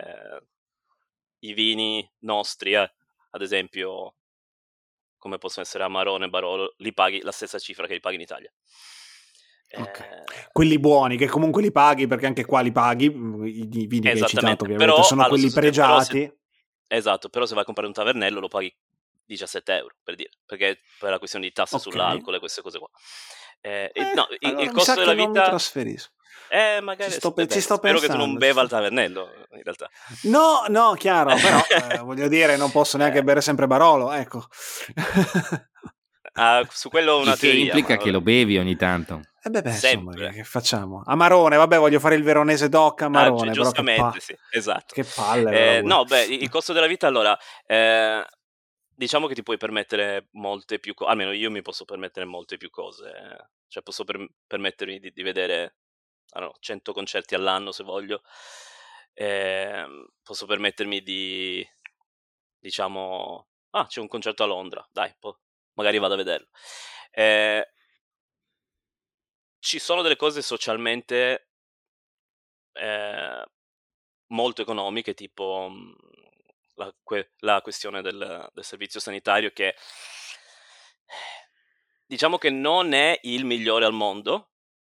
i vini nostri, eh, ad esempio, come possono essere Amarone e Barolo, li paghi la stessa cifra che li paghi in Italia. Ok. Eh, Quelli buoni che comunque li paghi, perché anche qua li paghi, mm, i i vini che hai citato esattamente, ovviamente però sono allo quelli stesso tempo, però se, pregiati. esatto, però se vai a comprare un tavernello lo paghi diciassette euro, per dire, perché per la questione di tasse Ok. sull'alcol e queste cose qua. Eh, il, Eh, no, il, il allora mi costo sa che della non mi vita, trasferisco. eh, Ci magari, sto, pe- ci vabbè, sto spero che tu non pensando. Ci beva al sto... tavernello, in realtà. No, no, chiaro, però eh, voglio dire, non posso neanche Eh, bere sempre Barolo, ecco. ah, su quello ho una Il che teoria, ma implica che vabbè. lo bevi ogni tanto. Eh beh, beh, insomma, che, sempre. che facciamo? Amarone, vabbè, voglio fare il veronese doc Ah, Amarone, gi- però che, pa- giustamente, sì, esatto. che palle però Eh, pure. no, beh, il il costo della vita, allora, eh, diciamo che ti puoi permettere molte più cose, almeno io mi posso permettere molte più cose, eh. Cioè posso per- permettermi di, di vedere, I don't know, cento concerti all'anno se voglio. Ehm, posso permettermi di, diciamo, ah, c'è un concerto a Londra, dai, po- magari vado a vederlo. Eh, ci sono delle cose socialmente eh, molto economiche, tipo mh, la, que- la questione del, del servizio sanitario, che diciamo che non è il migliore al mondo,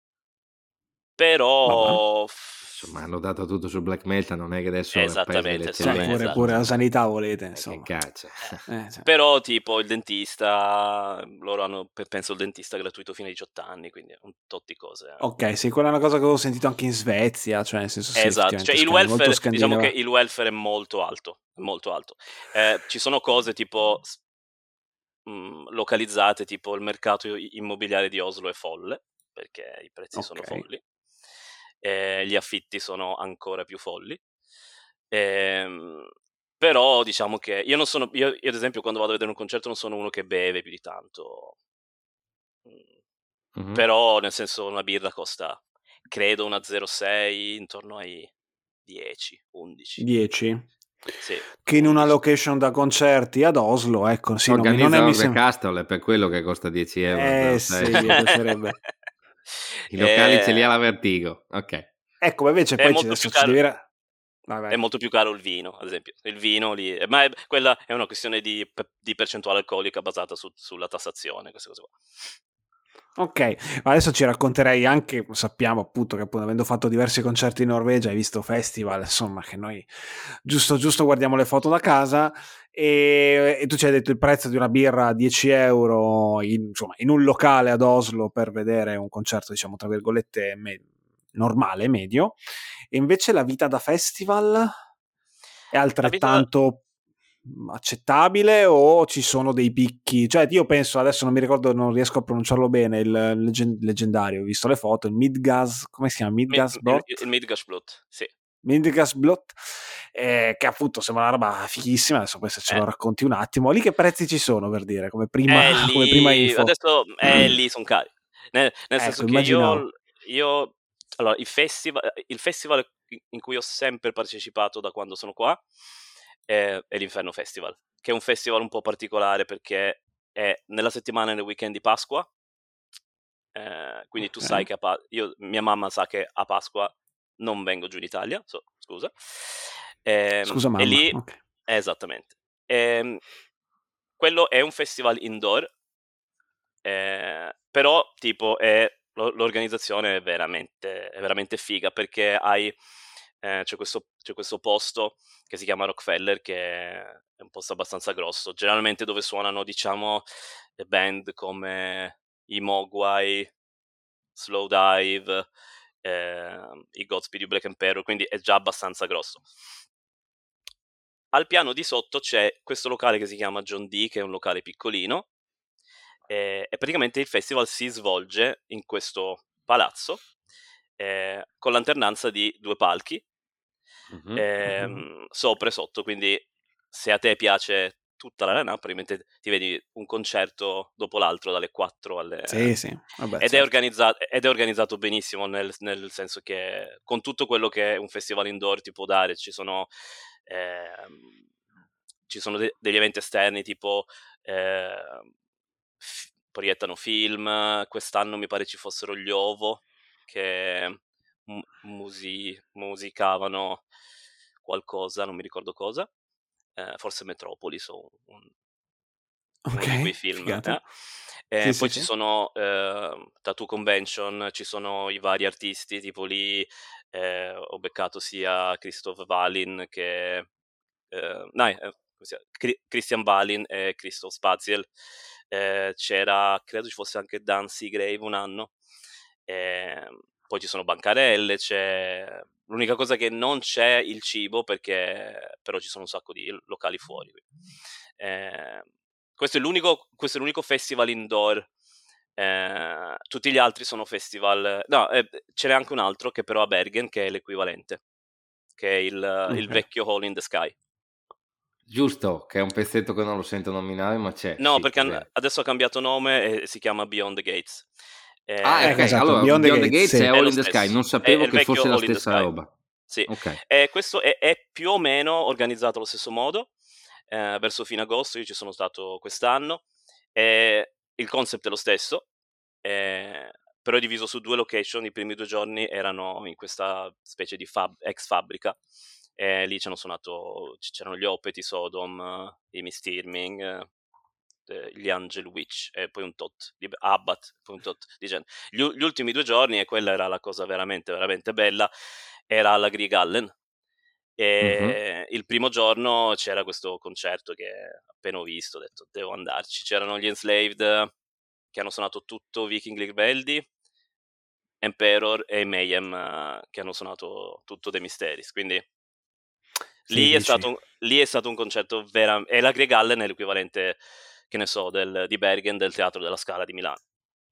Vabbè. però Insomma, hanno dato tutto sul black metal, non è che adesso ha preso esattamente, Cioè, insomma, l'eccellenza, pure, esatto. pure la insomma. sanità volete, Eh, che insomma. caccia. Eh, Eh, cioè. Però tipo il dentista, loro hanno, pe- penso il dentista gratuito fino ai diciotto anni, quindi un tot di cose. eh. Ok, sì, quella è una cosa che avevo sentito anche in Svezia, cioè nel senso sì, Esatto, cioè effettivamente il scandi- molto welfare, diciamo che scandinava. il welfare è molto alto, molto alto. Eh, ci sono cose tipo s- mh, localizzate, tipo il mercato i- immobiliare di Oslo è folle, perché i prezzi sono Ok. folli, eh, gli affitti sono ancora più folli. Ehm, però diciamo che io non sono, io, io ad esempio quando vado a vedere un concerto non sono uno che beve più di tanto. Mm, Mhm. Però nel senso una birra costa, credo, una zero virgola sei intorno ai dieci, undici. dieci. Sì, Che in una undici. location da concerti ad Oslo, ecco, sì, non, mi- non è Organizza mi Orre sembra. Castle, è per quello che costa dieci euro. Eh zero sei. sì, mi piacerebbe. I locali ce li Eh, Eh, ha la Vertigo. Ok. ecco, ma invece è poi ci- molto più adesso ci caro. devi. ra- Vai, È vai. molto più caro il vino, ad esempio. Il vino lì, eh, ma è- quella è una questione di, pe- di percentuale alcolica basata su- sulla tassazione, queste cose qua. Ok, ma adesso ci racconterei anche, sappiamo appunto che appunto avendo fatto diversi concerti in Norvegia, hai visto festival, insomma, che noi giusto giusto guardiamo le foto da casa e, e tu ci hai detto il prezzo di una birra a dieci euro in, insomma, in un locale ad Oslo per vedere un concerto, diciamo, tra virgolette, me- normale, medio, e invece la vita da festival è La vita da- altrettanto accettabile o ci sono dei picchi? Cioè, io penso, adesso non mi ricordo, non riesco a pronunciarlo bene, il leggen- leggendario, ho visto le foto, il Midgas, come si chiama? mi- Midgas il, Blot? il Midgashblut, sì. Midgas Blot, eh, che appunto sembra una roba fighissima, adesso poi se ce Eh, lo racconti un attimo, lì che prezzi ci sono per dire, come prima, eh, come prima lì, info? adesso, eh, lì sono cari. Nel, nel senso Ecco, che io, immaginavo. io allora, il festival, il festival in cui ho sempre partecipato da quando sono qua è, è l'Inferno Festival, che è un festival un po' particolare perché è nella settimana e nel weekend di Pasqua. Eh, quindi tu sai Ok. che a Pa- io, mia mamma sa che a Pasqua non vengo giù in Italia, so, scusa. Ehm, Scusa e mamma, lì, ok. esattamente. Ehm, quello è un festival indoor, eh, però tipo è, lo- l'organizzazione è veramente, è veramente figa perché hai, eh, c'è, questo, c'è questo posto che si chiama Rockefeller, che è un posto abbastanza grosso, generalmente dove suonano, diciamo, band come i Mogwai, Slow Dive, ehm, i Godspeed You Black Emperor, quindi è già abbastanza grosso. Al piano di sotto c'è questo locale che si chiama John D, che è un locale piccolino, eh, e praticamente il festival si svolge in questo palazzo, eh, con l'alternanza di due palchi, Mhm. ehm, sopra e sotto, quindi se a te piace tutta la line-up, probabilmente ti vedi un concerto dopo l'altro dalle quattro alle... Sì, sì, vabbè, Ed è, certo. organizza- ed è organizzato benissimo, nel, nel senso che con tutto quello che un festival indoor ti può dare, ci sono, ehm, ci sono de- degli eventi esterni, tipo ehm, f- proiettano film, quest'anno mi pare ci fossero gli Ovo, che mu- musi- musicavano qualcosa, non mi ricordo cosa, eh, forse Metropolis o un, uno Ok, di quei film. figata. eh. Sì, Eh, sì, poi ci sì. sono eh, Tattoo Convention, ci sono i vari artisti, tipo lì eh, ho beccato sia Christoph Walin che eh, no, eh, come si chiama? Cri- Christian Walin e Christoph Spaziel. Eh, c'era, credo ci fosse anche Dan Seagrave un anno. Eh, poi ci sono bancarelle, c'è... L'unica cosa che non c'è il cibo, perché però ci sono un sacco di locali fuori. Eh, questo è l'unico, questo è l'unico festival indoor Eh, tutti gli altri sono festival. No, eh, ce n'è anche un altro che però a Bergen, che è l'equivalente, che è il, Ok. il vecchio Hole in the Sky. Giusto, che è un pezzetto che non lo sento nominare, ma c'è. No, sì, perché è han- vero. adesso ha cambiato nome e si chiama Beyond the Gates. Ah, Eh, ok, esatto, allora Beyond Beyond the the Gates, Gates sì. è è All lo in the Sky, stesso, non è, sapevo è il che vecchio fosse la Hole in the stessa Sky. roba. Sì, Ok. e questo è, è più o meno organizzato allo stesso modo, eh, verso fine agosto. Io ci sono stato quest'anno, e il concept è lo stesso, eh, però è diviso su due location. I primi due giorni erano in questa specie di fab, ex fabbrica, e lì c'erano suonato, c'erano gli Opeth, i Sodom, i Mistirming, eh, gli Angel Witch e poi un tot di Abbat, poi un tot di gente. Gli, u- gli ultimi due giorni, e quella era la cosa veramente veramente bella, era alla Grieg Hallen. Mhm. E il primo giorno c'era questo concerto che appena ho visto ho detto devo andarci. C'erano gli Enslaved che hanno suonato tutto Viking Ligveldi, Emperor e Mayhem, eh, che hanno suonato tutto The Mysteries, quindi lì è, sedici. stato un, lì è stato un concerto vera, e la Grieg Hallen è l'equivalente, che ne so, del, di Bergen, del Teatro della Scala di Milano.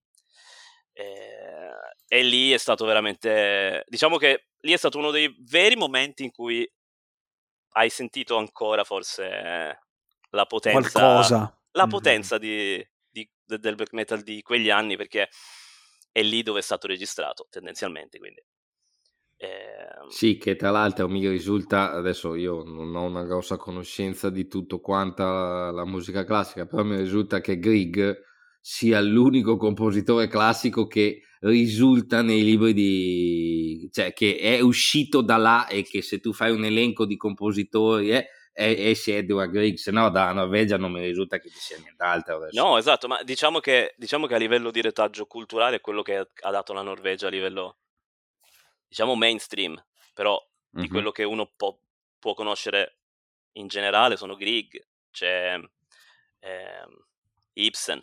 E, e lì è stato veramente, diciamo che lì è stato uno dei veri momenti in cui hai sentito ancora forse la potenza, Qualcosa. la Mm. potenza di, di- del black metal di quegli anni, perché è lì dove è stato registrato tendenzialmente, quindi ehm, Sì, che tra l'altro mi risulta, adesso io non ho una grossa conoscenza di tutto quanta la, la musica classica, però mi risulta che Grieg sia l'unico compositore classico che risulta nei libri di... cioè che è uscito da là, e che se tu fai un elenco di compositori eh, esce Edvard Grieg, se no da Norvegia non mi risulta che ci sia nient'altro adesso. no, esatto, ma diciamo che, diciamo che a livello di retaggio culturale è quello che ha dato la Norvegia a livello, diciamo, mainstream, però di Mhm. quello che uno può, può conoscere in generale sono Grieg, c'è ehm, Ibsen,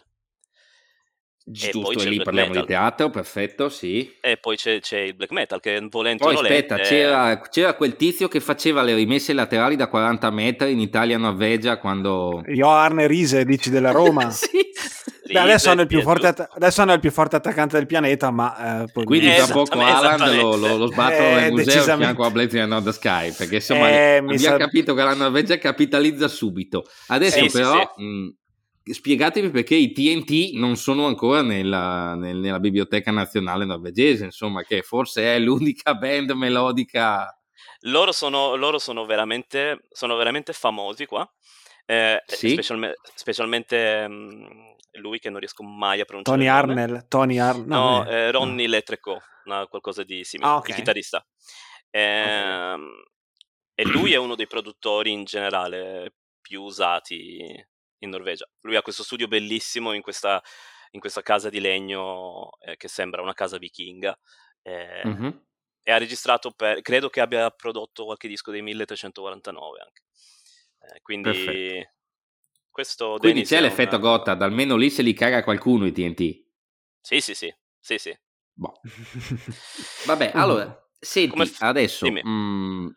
e poi Giusto, e c'è il lì black parliamo di metal, teatro, perfetto, sì. e poi c'è, c'è il black metal che volente o Poi nolente aspetta, è- c'era, c'era quel tizio che faceva le rimesse laterali da quaranta metri in Italia-Norvegia quando... Johan Riise, dici della Roma? Sì. Beh, adesso hanno, Riese, il più sì, è forte giusto. att- adesso hanno il più forte attaccante del pianeta, ma eh, poi Quindi mi fra sa, poco Esattamente, Haaland lo, lo, esattamente. lo sbattono nel eh, museo a fianco a decisamente. Blazing Another Sky, perché insomma Eh, mi abbiamo sa... capito che la Norvegia capitalizza subito. Adesso Sì, eh, sì, sì. però mh, spiegatemi perché i T N T non sono ancora nella, nel- nella biblioteca nazionale norvegese, insomma, che forse è l'unica band melodica. Loro sono, loro sono veramente, sono veramente famosi qua, eh, Sì? specialme- specialmente mm, lui che non riesco mai a pronunciare Tony il nome. Arnell, Tony Ar... no, No, eh, eh, no. Ronny Letreco, no, qualcosa di simile, Ah, ok. il chitarrista. Ok. Ehm, e lui è uno dei produttori in generale più usati in Norvegia. Lui ha questo studio bellissimo in questa, in questa casa di legno, eh, che sembra una casa vichinga. eh, Mhm. e ha registrato per, credo che abbia prodotto qualche disco dei milletrecentoquarantanove anche. Eh, Perfetto. quindi questo Quindi Dennis c'è è l'effetto un... Gotthard, almeno lì se li caga qualcuno i T N T. Sì, sì, sì, sì, sì. Boh. Vabbè, allora, Mm. Come senti, f- adesso Dimmi. mh,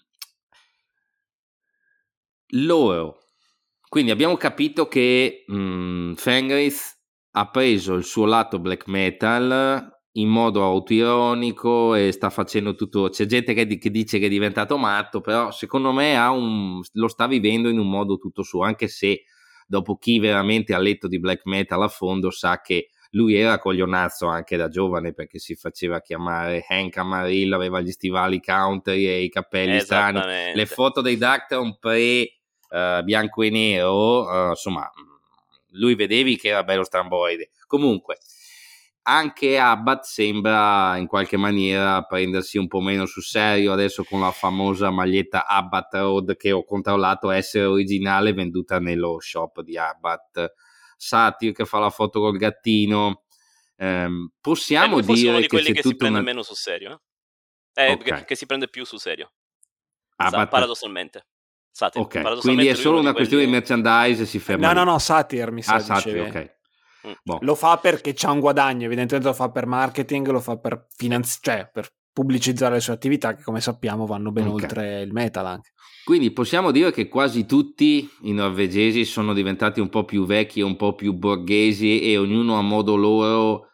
loro, quindi abbiamo capito che mh, Fenris ha preso il suo lato black metal in modo autoironico e sta facendo tutto, c'è gente che, di- che dice che è diventato matto, però secondo me ha un, lo sta vivendo in un modo tutto suo, anche se dopo chi veramente ha letto di black metal a fondo sa che lui era coglionazzo anche da giovane, perché si faceva chiamare Hank Amarillo, aveva gli stivali country e i capelli strani, le Esattamente. foto dei Darkthrone pre uh, bianco e nero, uh, insomma lui vedevi che era bello stramboide. Comunque anche Abbat sembra in qualche maniera prendersi un po' meno sul serio adesso con la famosa maglietta Abbat Road, che ho controllato essere originale, venduta nello shop di Abbat. Satir che fa la foto col gattino. Um, E possiamo lui forse è uno dire di che quelli c'è che si tutta prende una... meno sul serio, eh? Eh, Ok, che, che si prende più sul serio, Sa- Abbat, paradossalmente. Satir, ok, quindi è paradossalmente lui è solo uno di una questione di quelli... merchandise e si ferma No, no, lì. no, Satir mi Ah, sa, Satir, dicevi. ok. Mm. Boh. Lo fa perché c'ha un guadagno, evidentemente lo fa per marketing, lo fa per finanzi- cioè per pubblicizzare le sue attività che come sappiamo vanno ben Ok. oltre il metal anche. Quindi possiamo dire che quasi tutti i norvegesi sono diventati un po' più vecchi e un po' più borghesi, e ognuno a modo loro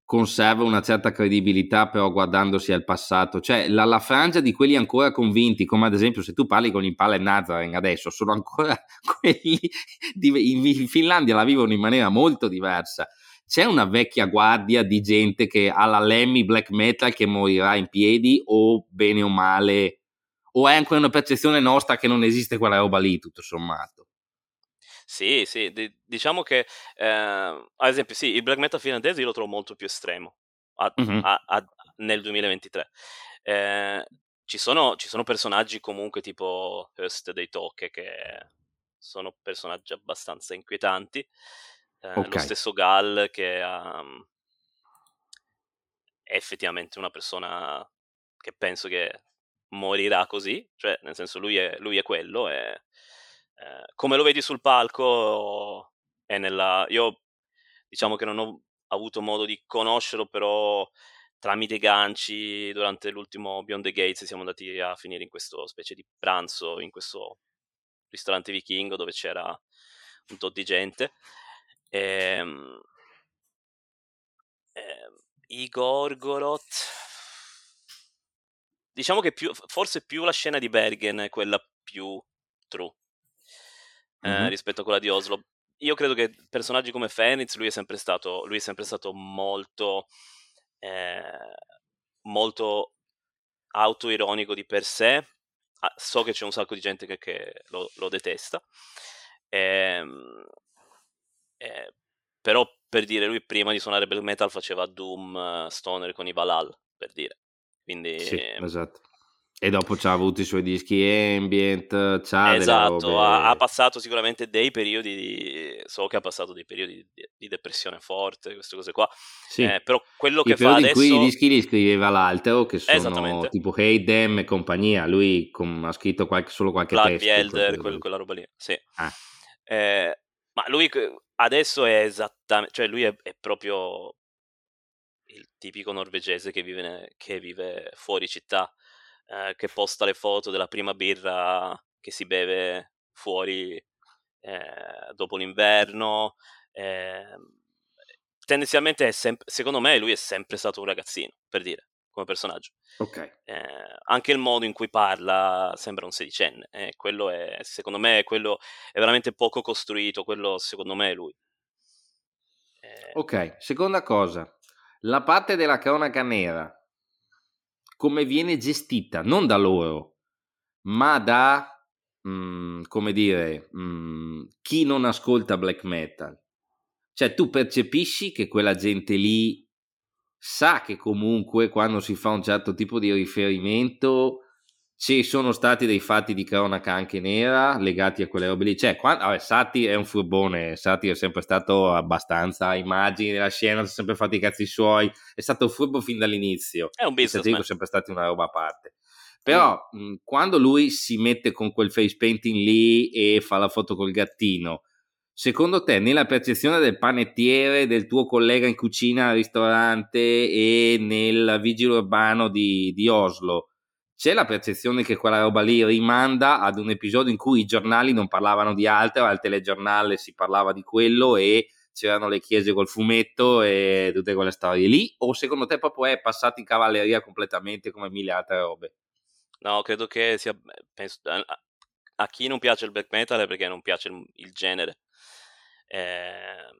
conserva una certa credibilità, però guardandosi al passato, cioè la, la frangia di quelli ancora convinti, come ad esempio se tu parli con Impala e Nazaren adesso, sono ancora quelli di, in, in Finlandia la vivono in maniera molto diversa. C'è una vecchia guardia di gente che ha la Lemmy black metal che morirà in piedi, o bene o male, o è anche una percezione nostra che non esiste quella roba lì tutto sommato? Sì, sì, di- diciamo che eh, ad esempio sì, il black metal finlandese io lo trovo molto più estremo a- Mhm. a- a- nel duemilaventitré. Eh, ci sono, ci sono personaggi comunque tipo Höst dei Tocche che sono personaggi abbastanza inquietanti. Eh, lo Ok, stesso Gall che um, è effettivamente una persona che penso che morirà così, cioè nel senso lui è, lui è quello e eh, come lo vedi sul palco è nella... Io diciamo che non ho avuto modo di conoscerlo, però tramite ganci durante l'ultimo Beyond the Gates siamo andati a finire in questo specie di pranzo, in questo ristorante vichingo dove c'era un tot di gente. Ehm, ehm, I Gorgoroth, diciamo che più, forse più la scena di Bergen è quella più true eh, mhm. rispetto a quella di Oslo. Io credo che personaggi come Fenix, lui è sempre stato, lui è sempre stato molto, eh, molto autoironico di per sé. Ah, so che c'è un sacco di gente che, che lo, lo detesta. Ehm, eh, però per dire, lui prima di suonare black metal faceva Doom, eh, Stoner con i Valhalla, per dire. Quindi Sì, esatto. E dopo c'ha avuto i suoi dischi ambient, c'ha delle esatto, ha, ha robe. passato sicuramente dei periodi di, so che ha passato dei periodi di, di depressione forte, queste cose qua, Sì, eh, però quello i che fa periodi in cui i adesso, dischi li scriveva l'altro, che sono esattamente, tipo Hey Dem e compagnia, lui com- ha scritto qualche- solo qualche Vlad testo in quel Bielder, periodo quel- lì. quella roba lì, sì. Ah, Eh, ma lui che- adesso è esattamente, cioè lui è, è proprio il tipico norvegese che vive, ne- che vive fuori città, eh, che posta le foto della prima birra che si beve fuori eh, dopo l'inverno. eh, Tendenzialmente è sempre, secondo me lui è sempre stato un ragazzino, per dire, come personaggio. ok. Eh, anche il modo in cui parla sembra un sedicenne, eh, quello è, secondo me, quello è veramente poco costruito, quello secondo me è lui. Eh, Ok, seconda cosa, la parte della cronaca nera, come viene gestita? Non da loro, ma da, mm, come dire, mm, chi non ascolta black metal. Cioè tu percepisci che quella gente lì sa che comunque quando si fa un certo tipo di riferimento ci sono stati dei fatti di cronaca anche nera legati a quelle robe lì. Cioè, quando, vabbè, Sati è un furbone, Sati è sempre stato abbastanza a immagini della scena, ha sempre fatto i cazzi suoi, è stato furbo fin dall'inizio. è un I Satirico businessman. è sempre stati una roba a parte. Però mh, quando lui si mette con quel face painting lì e fa la foto col gattino, secondo te nella percezione del panettiere, del tuo collega in cucina al ristorante e nel vigile urbano di, di Oslo, c'è la percezione che quella roba lì rimanda ad un episodio in cui i giornali non parlavano di altro, al telegiornale si parlava di quello e c'erano le chiese col fumetto e tutte quelle storie lì? O secondo te proprio è passato in cavalleria completamente come mille altre robe? No, credo che sia, penso, a, a chi non piace il black metal è perché non piace il, il genere. Ehm,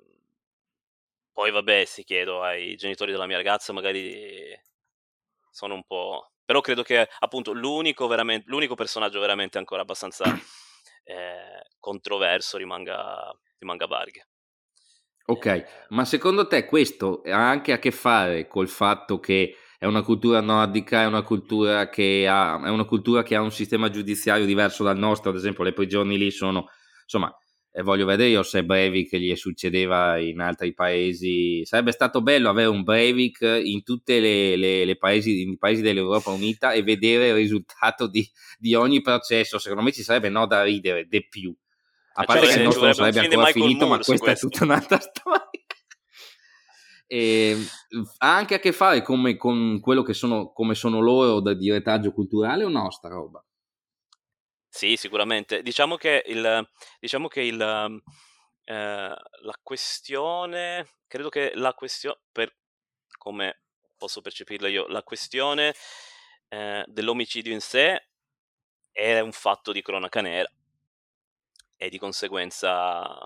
Poi vabbè, se chiedo ai genitori della mia ragazza, magari sono un po'... Però credo che appunto l'unico, veramente, l'unico personaggio veramente ancora abbastanza eh, controverso rimanga, rimanga Varg. Ok, Eh, ma secondo te questo ha anche a che fare col fatto che è una cultura nordica, è una cultura che ha, è una cultura che ha un sistema giudiziario diverso dal nostro, ad esempio le prigioni lì sono, insomma, eh, voglio vedere io se Breivik gli succedeva in altri paesi, sarebbe stato bello avere un Breivik in tutti i paesi, paesi dell'Europa Unita e vedere il risultato di, di ogni processo, secondo me ci sarebbe no da ridere, de più. A eh, ci, parte che il vorrebbe, ci nostro non vorrebbe un sarebbe film di ancora Michael finito, ma Moore su questa è questo. tutta un'altra storia. E ha anche a che fare come, con quello che sono, come sono loro da, di retaggio culturale o no, sta roba? Sì, sicuramente. Diciamo che il, diciamo che il, eh, la questione, credo che la questione, per come posso percepirla io, la questione eh, dell'omicidio in sé è un fatto di cronaca nera e di conseguenza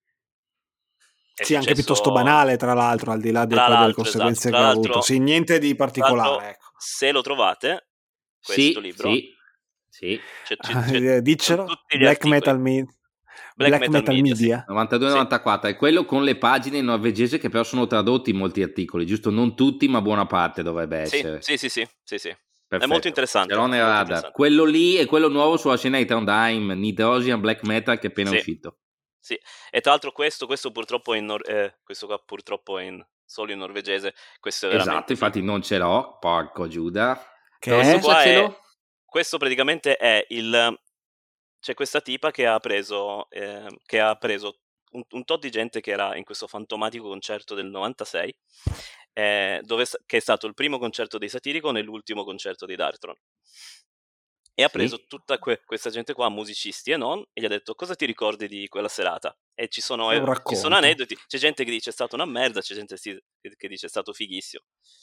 è Sì, anche piuttosto successo. banale, tra l'altro, al di là de- Tra poi delle l'altro, esatto, conseguenze tra che ha avuto. l'altro, Sì, niente di tra l'altro, particolare, ecco. se lo trovate, questo Sì, libro, sì, sì. c'è, c'è, c'è, Eh, sono Diccelo, tutti gli Black articoli. Metal, Me- Black Black Metal Metal Media, sì. Media. novantadue Sì, novantaquattro è quello con le pagine in norvegese che però sono tradotti molti articoli, giusto? Non tutti, ma buona parte dovrebbe sì, essere. sì, sì, sì, sì, sì. È Perfetto. molto Ce interessante. l'ho nel molto radar. interessante. Quello lì è quello nuovo su Ascena Trondheim, Nidrosian Black Metal, che è appena Sì. uscito. Sì, e tra l'altro questo, questo purtroppo è in nor- eh, questo qua purtroppo è in, solo in norvegese, questo è veramente Esatto, infatti figo. non ce l'ho, porco Giuda. Che Questo è? qua è, Sacelo. questo praticamente è il, c'è questa tipa che ha preso, eh, che ha preso un, un tot di gente che era in questo fantomatico concerto del novantasei, eh, dove, s- che è stato il primo concerto dei Satirico e l'ultimo concerto dei Darkthrone. E ha preso Sì. tutta que- questa gente qua, musicisti e non, e gli ha detto cosa ti ricordi di quella serata? E ci sono, È un eh, ci sono racconto. aneddoti, c'è gente che dice è stata una merda, c'è gente sì- che, che dice è stato fighissimo.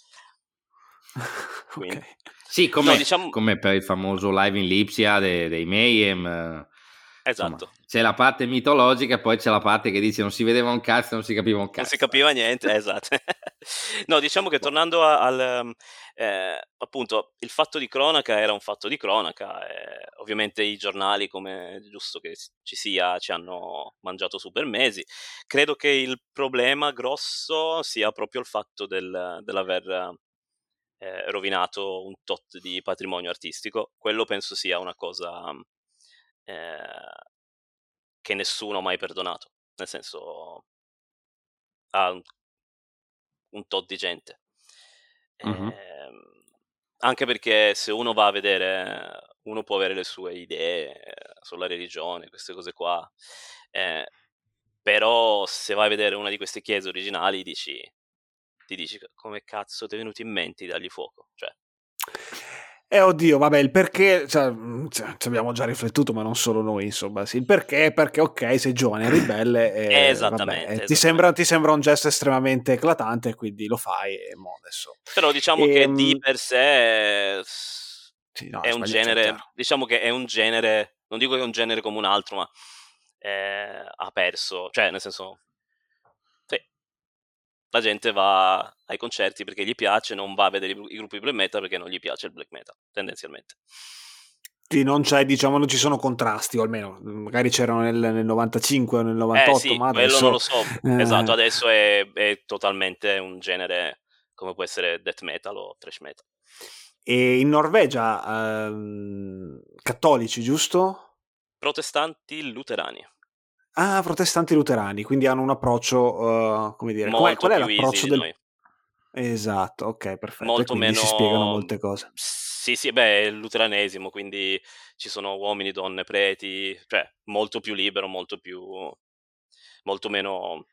Quindi, Ok. Sì, come, no, diciamo, come per il famoso live in Lipsia dei, dei Mayhem. eh, Insomma, esatto, c'è la parte mitologica, poi c'è la parte che dice non si vedeva un cazzo, non si capiva un non si cazzo. capiva niente, esatto. No, diciamo che Boh. tornando a- al, um, eh, appunto, il fatto di cronaca era un fatto di cronaca, eh, ovviamente i giornali, come è giusto che s- ci sia, ci hanno mangiato su per mesi. Credo che il problema grosso sia proprio il fatto del, dell'aver eh, rovinato un tot di patrimonio artistico. Quello penso sia una cosa eh, che nessuno ha mai perdonato, nel senso a un, un tot di gente. Mhm. Ehm, anche perché se uno va a vedere, uno può avere le sue idee eh, sulla religione, queste cose qua, eh, però se vai a vedere una di queste chiese originali dici, ti dici come cazzo ti è venuto in mente di dargli fuoco? Cioè, Eh oddio, vabbè, il perché, cioè, mh, cioè, ci abbiamo già riflettuto, ma non solo noi, insomma. Sì, il perché è perché, ok, sei giovane, ribelle, eh, e, vabbè, esattamente, eh, ti sembra, esattamente. ti sembra un gesto estremamente eclatante, quindi lo fai e mo adesso. Però diciamo che di Ehm, per sé eh, s- sì, no, è è un sbagliato, cioè, genere, chiaro. diciamo che è un genere, non dico che è un genere come un altro, ma eh, ha perso, cioè nel senso, sì, la gente va ai concerti perché gli piace, non va a vedere i, gru- i gruppi black metal perché non gli piace il black metal, tendenzialmente. Sì, non c'è, diciamo, non ci sono contrasti, o almeno magari c'erano nel, nel novantacinque o nel Eh novantotto, sì, ma quello non lo adesso... so, esatto, eh, adesso è, è totalmente un genere come può essere death metal o thrash metal. e in Norvegia, ehm, cattolici, giusto? Protestanti luterani, Ah, protestanti luterani, quindi hanno un approccio, uh, come dire, com'è, molto qual è più easy l'approccio di del... noi. Esatto, ok, perfetto, e Molto quindi si spiegano meno. molte cose. Sì, sì, beh, è il luteranesimo, quindi ci sono uomini, donne, preti, cioè molto più libero, molto più. Molto meno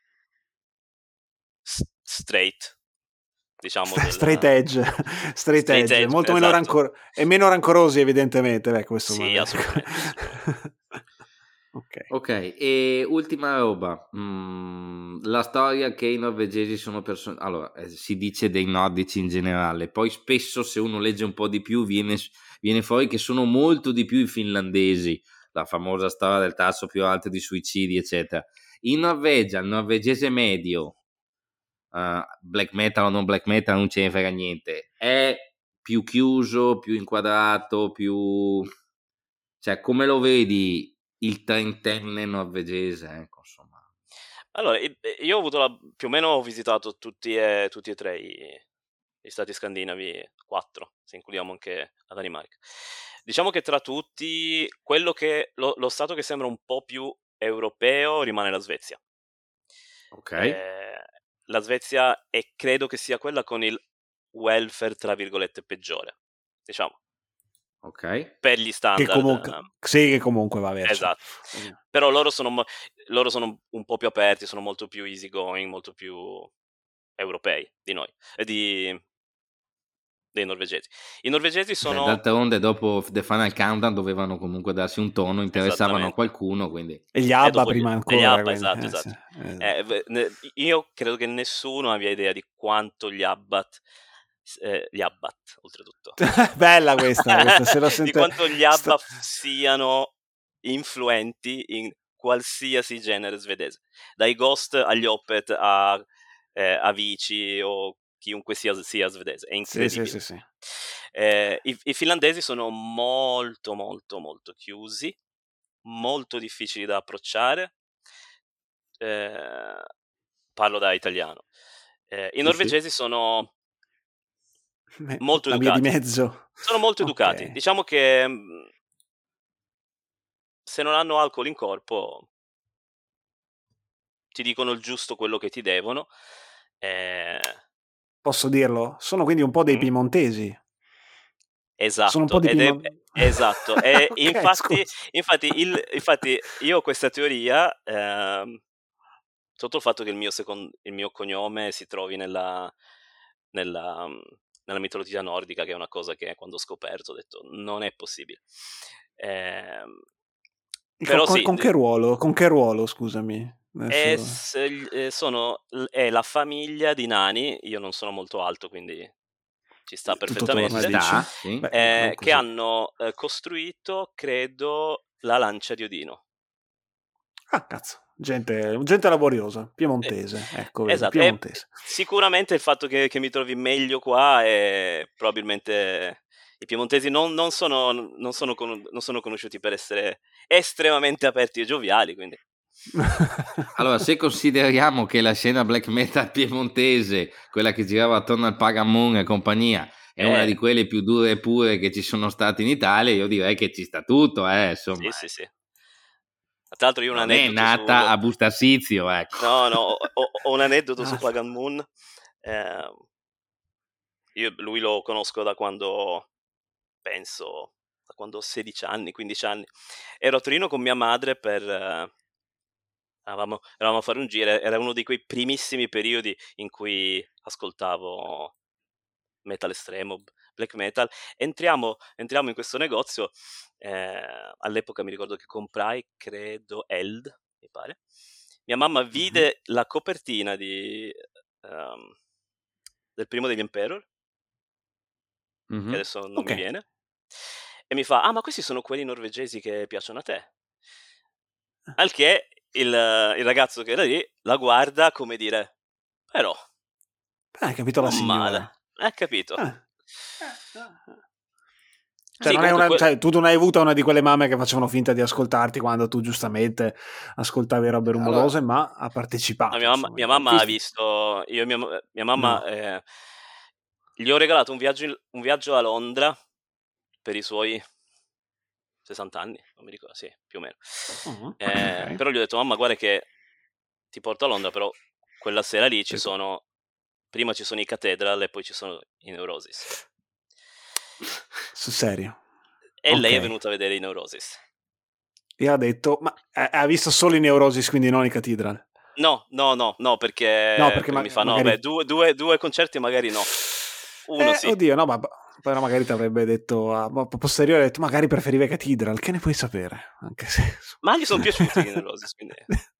s- straight, diciamo, Straight del. edge, straight Straight edge, edge, molto meno esatto. rancor- e meno rancorosi evidentemente, beh, questo va Sì, bene. assolutamente, assolutamente. Ok. Ok, e ultima roba, mm, la storia che i norvegesi sono persone, allora eh, si dice dei nordici in generale, poi spesso se uno legge un po' di più viene, viene fuori che sono molto di più i finlandesi, la famosa storia del tasso più alto di suicidi eccetera. In Norvegia, il norvegese medio, eh, black metal o non black metal non ce ne frega niente, è più chiuso, più inquadrato, più... cioè come lo vedi il trentenne norvegese, ecco, insomma. Allora, i- io ho avuto la, più o meno ho visitato tutti e, tutti e tre i, gli stati scandinavi, quattro, se includiamo anche la Danimarca. Diciamo che tra tutti, quello che, lo, lo stato che sembra un po' più europeo rimane la Svezia. Ok, Eh, la Svezia è, credo che sia quella con il welfare, tra virgolette, peggiore, diciamo, ok. per gli Che standard. comunque, eh, sì, che comunque va a avercela. Esatto. Però loro sono, mo- loro sono un po' più aperti, sono molto più easy going, molto più europei di noi. E di, dei norvegesi. I norvegesi sono... Beh, d'altronde dopo The Final Countdown dovevano comunque darsi un tono, interessavano a qualcuno, quindi... E gli ABBA gli, prima e ancora. gli ABBA, quindi, esatto, eh, esatto. sì, esatto. Eh, v- ne- io credo che nessuno abbia idea di quanto gli ABBA, eh, gli ABBA, oltretutto, Bella questa, questa se lo sente... di quanto gli ABBA sta... siano influenti in qualsiasi genere svedese, dai Ghost agli Opeth a, eh, Avicii o chiunque sia, sia svedese, è incredibile. Sì, sì, sì, sì. Eh, i, i finlandesi sono molto molto molto chiusi, molto difficili da approcciare, eh, parlo da italiano. Eh, I sì, norvegesi sì. sono molto la educati. Via di mezzo. Sono molto Okay. educati. Diciamo che se non hanno alcol in corpo ti dicono il giusto quello che ti devono. Eh... Posso dirlo? Sono quindi un po' dei mm. piemontesi. Esatto, Sono un po' di ed è, Piemonte. esatto. E okay, infatti, infatti, il, infatti io ho questa teoria ehm, sotto il fatto che il mio, second, il mio cognome si trovi nella, nella, nella mitologia nordica, che è una cosa che quando ho scoperto ho detto non è possibile. Eh, però con, sì, con che ruolo? Con che ruolo, scusami? è, Adesso... è, sono, è la famiglia di nani, io non sono molto alto, quindi ci sta Tutto torna, perfettamente, dici? sì. Beh, eh, che hanno eh, costruito, credo, la lancia di Odino. Ah, cazzo, gente, gente laboriosa, piemontese, Eh, ecco, vedi, esatto, e piemontese. sicuramente il fatto che, che mi trovi meglio qua è probabilmente... I piemontesi non, non, sono, non, sono con, non sono conosciuti per essere estremamente aperti e gioviali, quindi... Allora, se consideriamo che la scena black metal piemontese, quella che girava attorno al Pagamon e compagnia, è eh. una di quelle più dure e pure che ci sono state in Italia, io direi che ci sta tutto, eh, insomma. Sì, sì, sì. Tra l'altro io un Non è aneddoto nata su... a Bustassizio, ecco. No, no, ho, ho un aneddoto su Ah. Pagan Moon. Eh, io lui lo conosco da quando, penso, da quando ho sedici anni, quindici anni. Ero a Torino con mia madre per... Eh, eravamo, eravamo a fare un giro, era uno di quei primissimi periodi in cui ascoltavo metal estremo, black metal. Entriamo, entriamo in questo negozio, eh, all'epoca mi ricordo che comprai, credo, Eld, mi pare. Mia mamma vide mm-hmm. la copertina di, um, del primo degli Emperor, mm-hmm. che adesso non okay. mi viene, e mi fa, ah, ma questi sono quelli norvegesi che piacciono a te. Al che il, il ragazzo che era lì la guarda come dire, però... Ah, hai capito la signora. Male. Hai capito. Ah. Cioè, sì, non è una, que- cioè, tu non hai avuto una di quelle mamme che facevano finta di ascoltarti quando tu giustamente ascoltavi robe rumorose, allora, ma ha partecipato. Mia mamma, insomma, mia mamma ha visto, io e mia, mia mamma no. eh, gli ho regalato un viaggio, in, un viaggio a Londra per i suoi sessanta anni, non mi ricordo, sì, più o meno. Uh-huh. Eh, okay. Però gli ho detto, mamma, guarda che ti porto a Londra, però quella sera lì ci sono, prima ci sono i Cathedral e poi ci sono i Neurosis. Sul serio? E okay. Lei è venuta a vedere i Neurosis. E ha detto, ma ha visto solo i Neurosis, quindi non i Cathedral? No, no, no, no, perché, no, perché perché ma- mi fa, magari... no, beh, due, due, due concerti magari no. Uno eh, sì. Oddio, no, ma però magari ti avrebbe detto, a posteriore, detto, magari preferiva Cathedral, che ne puoi sapere? Anche se... Ma gli sono piaciuti i Neurosis, quindi...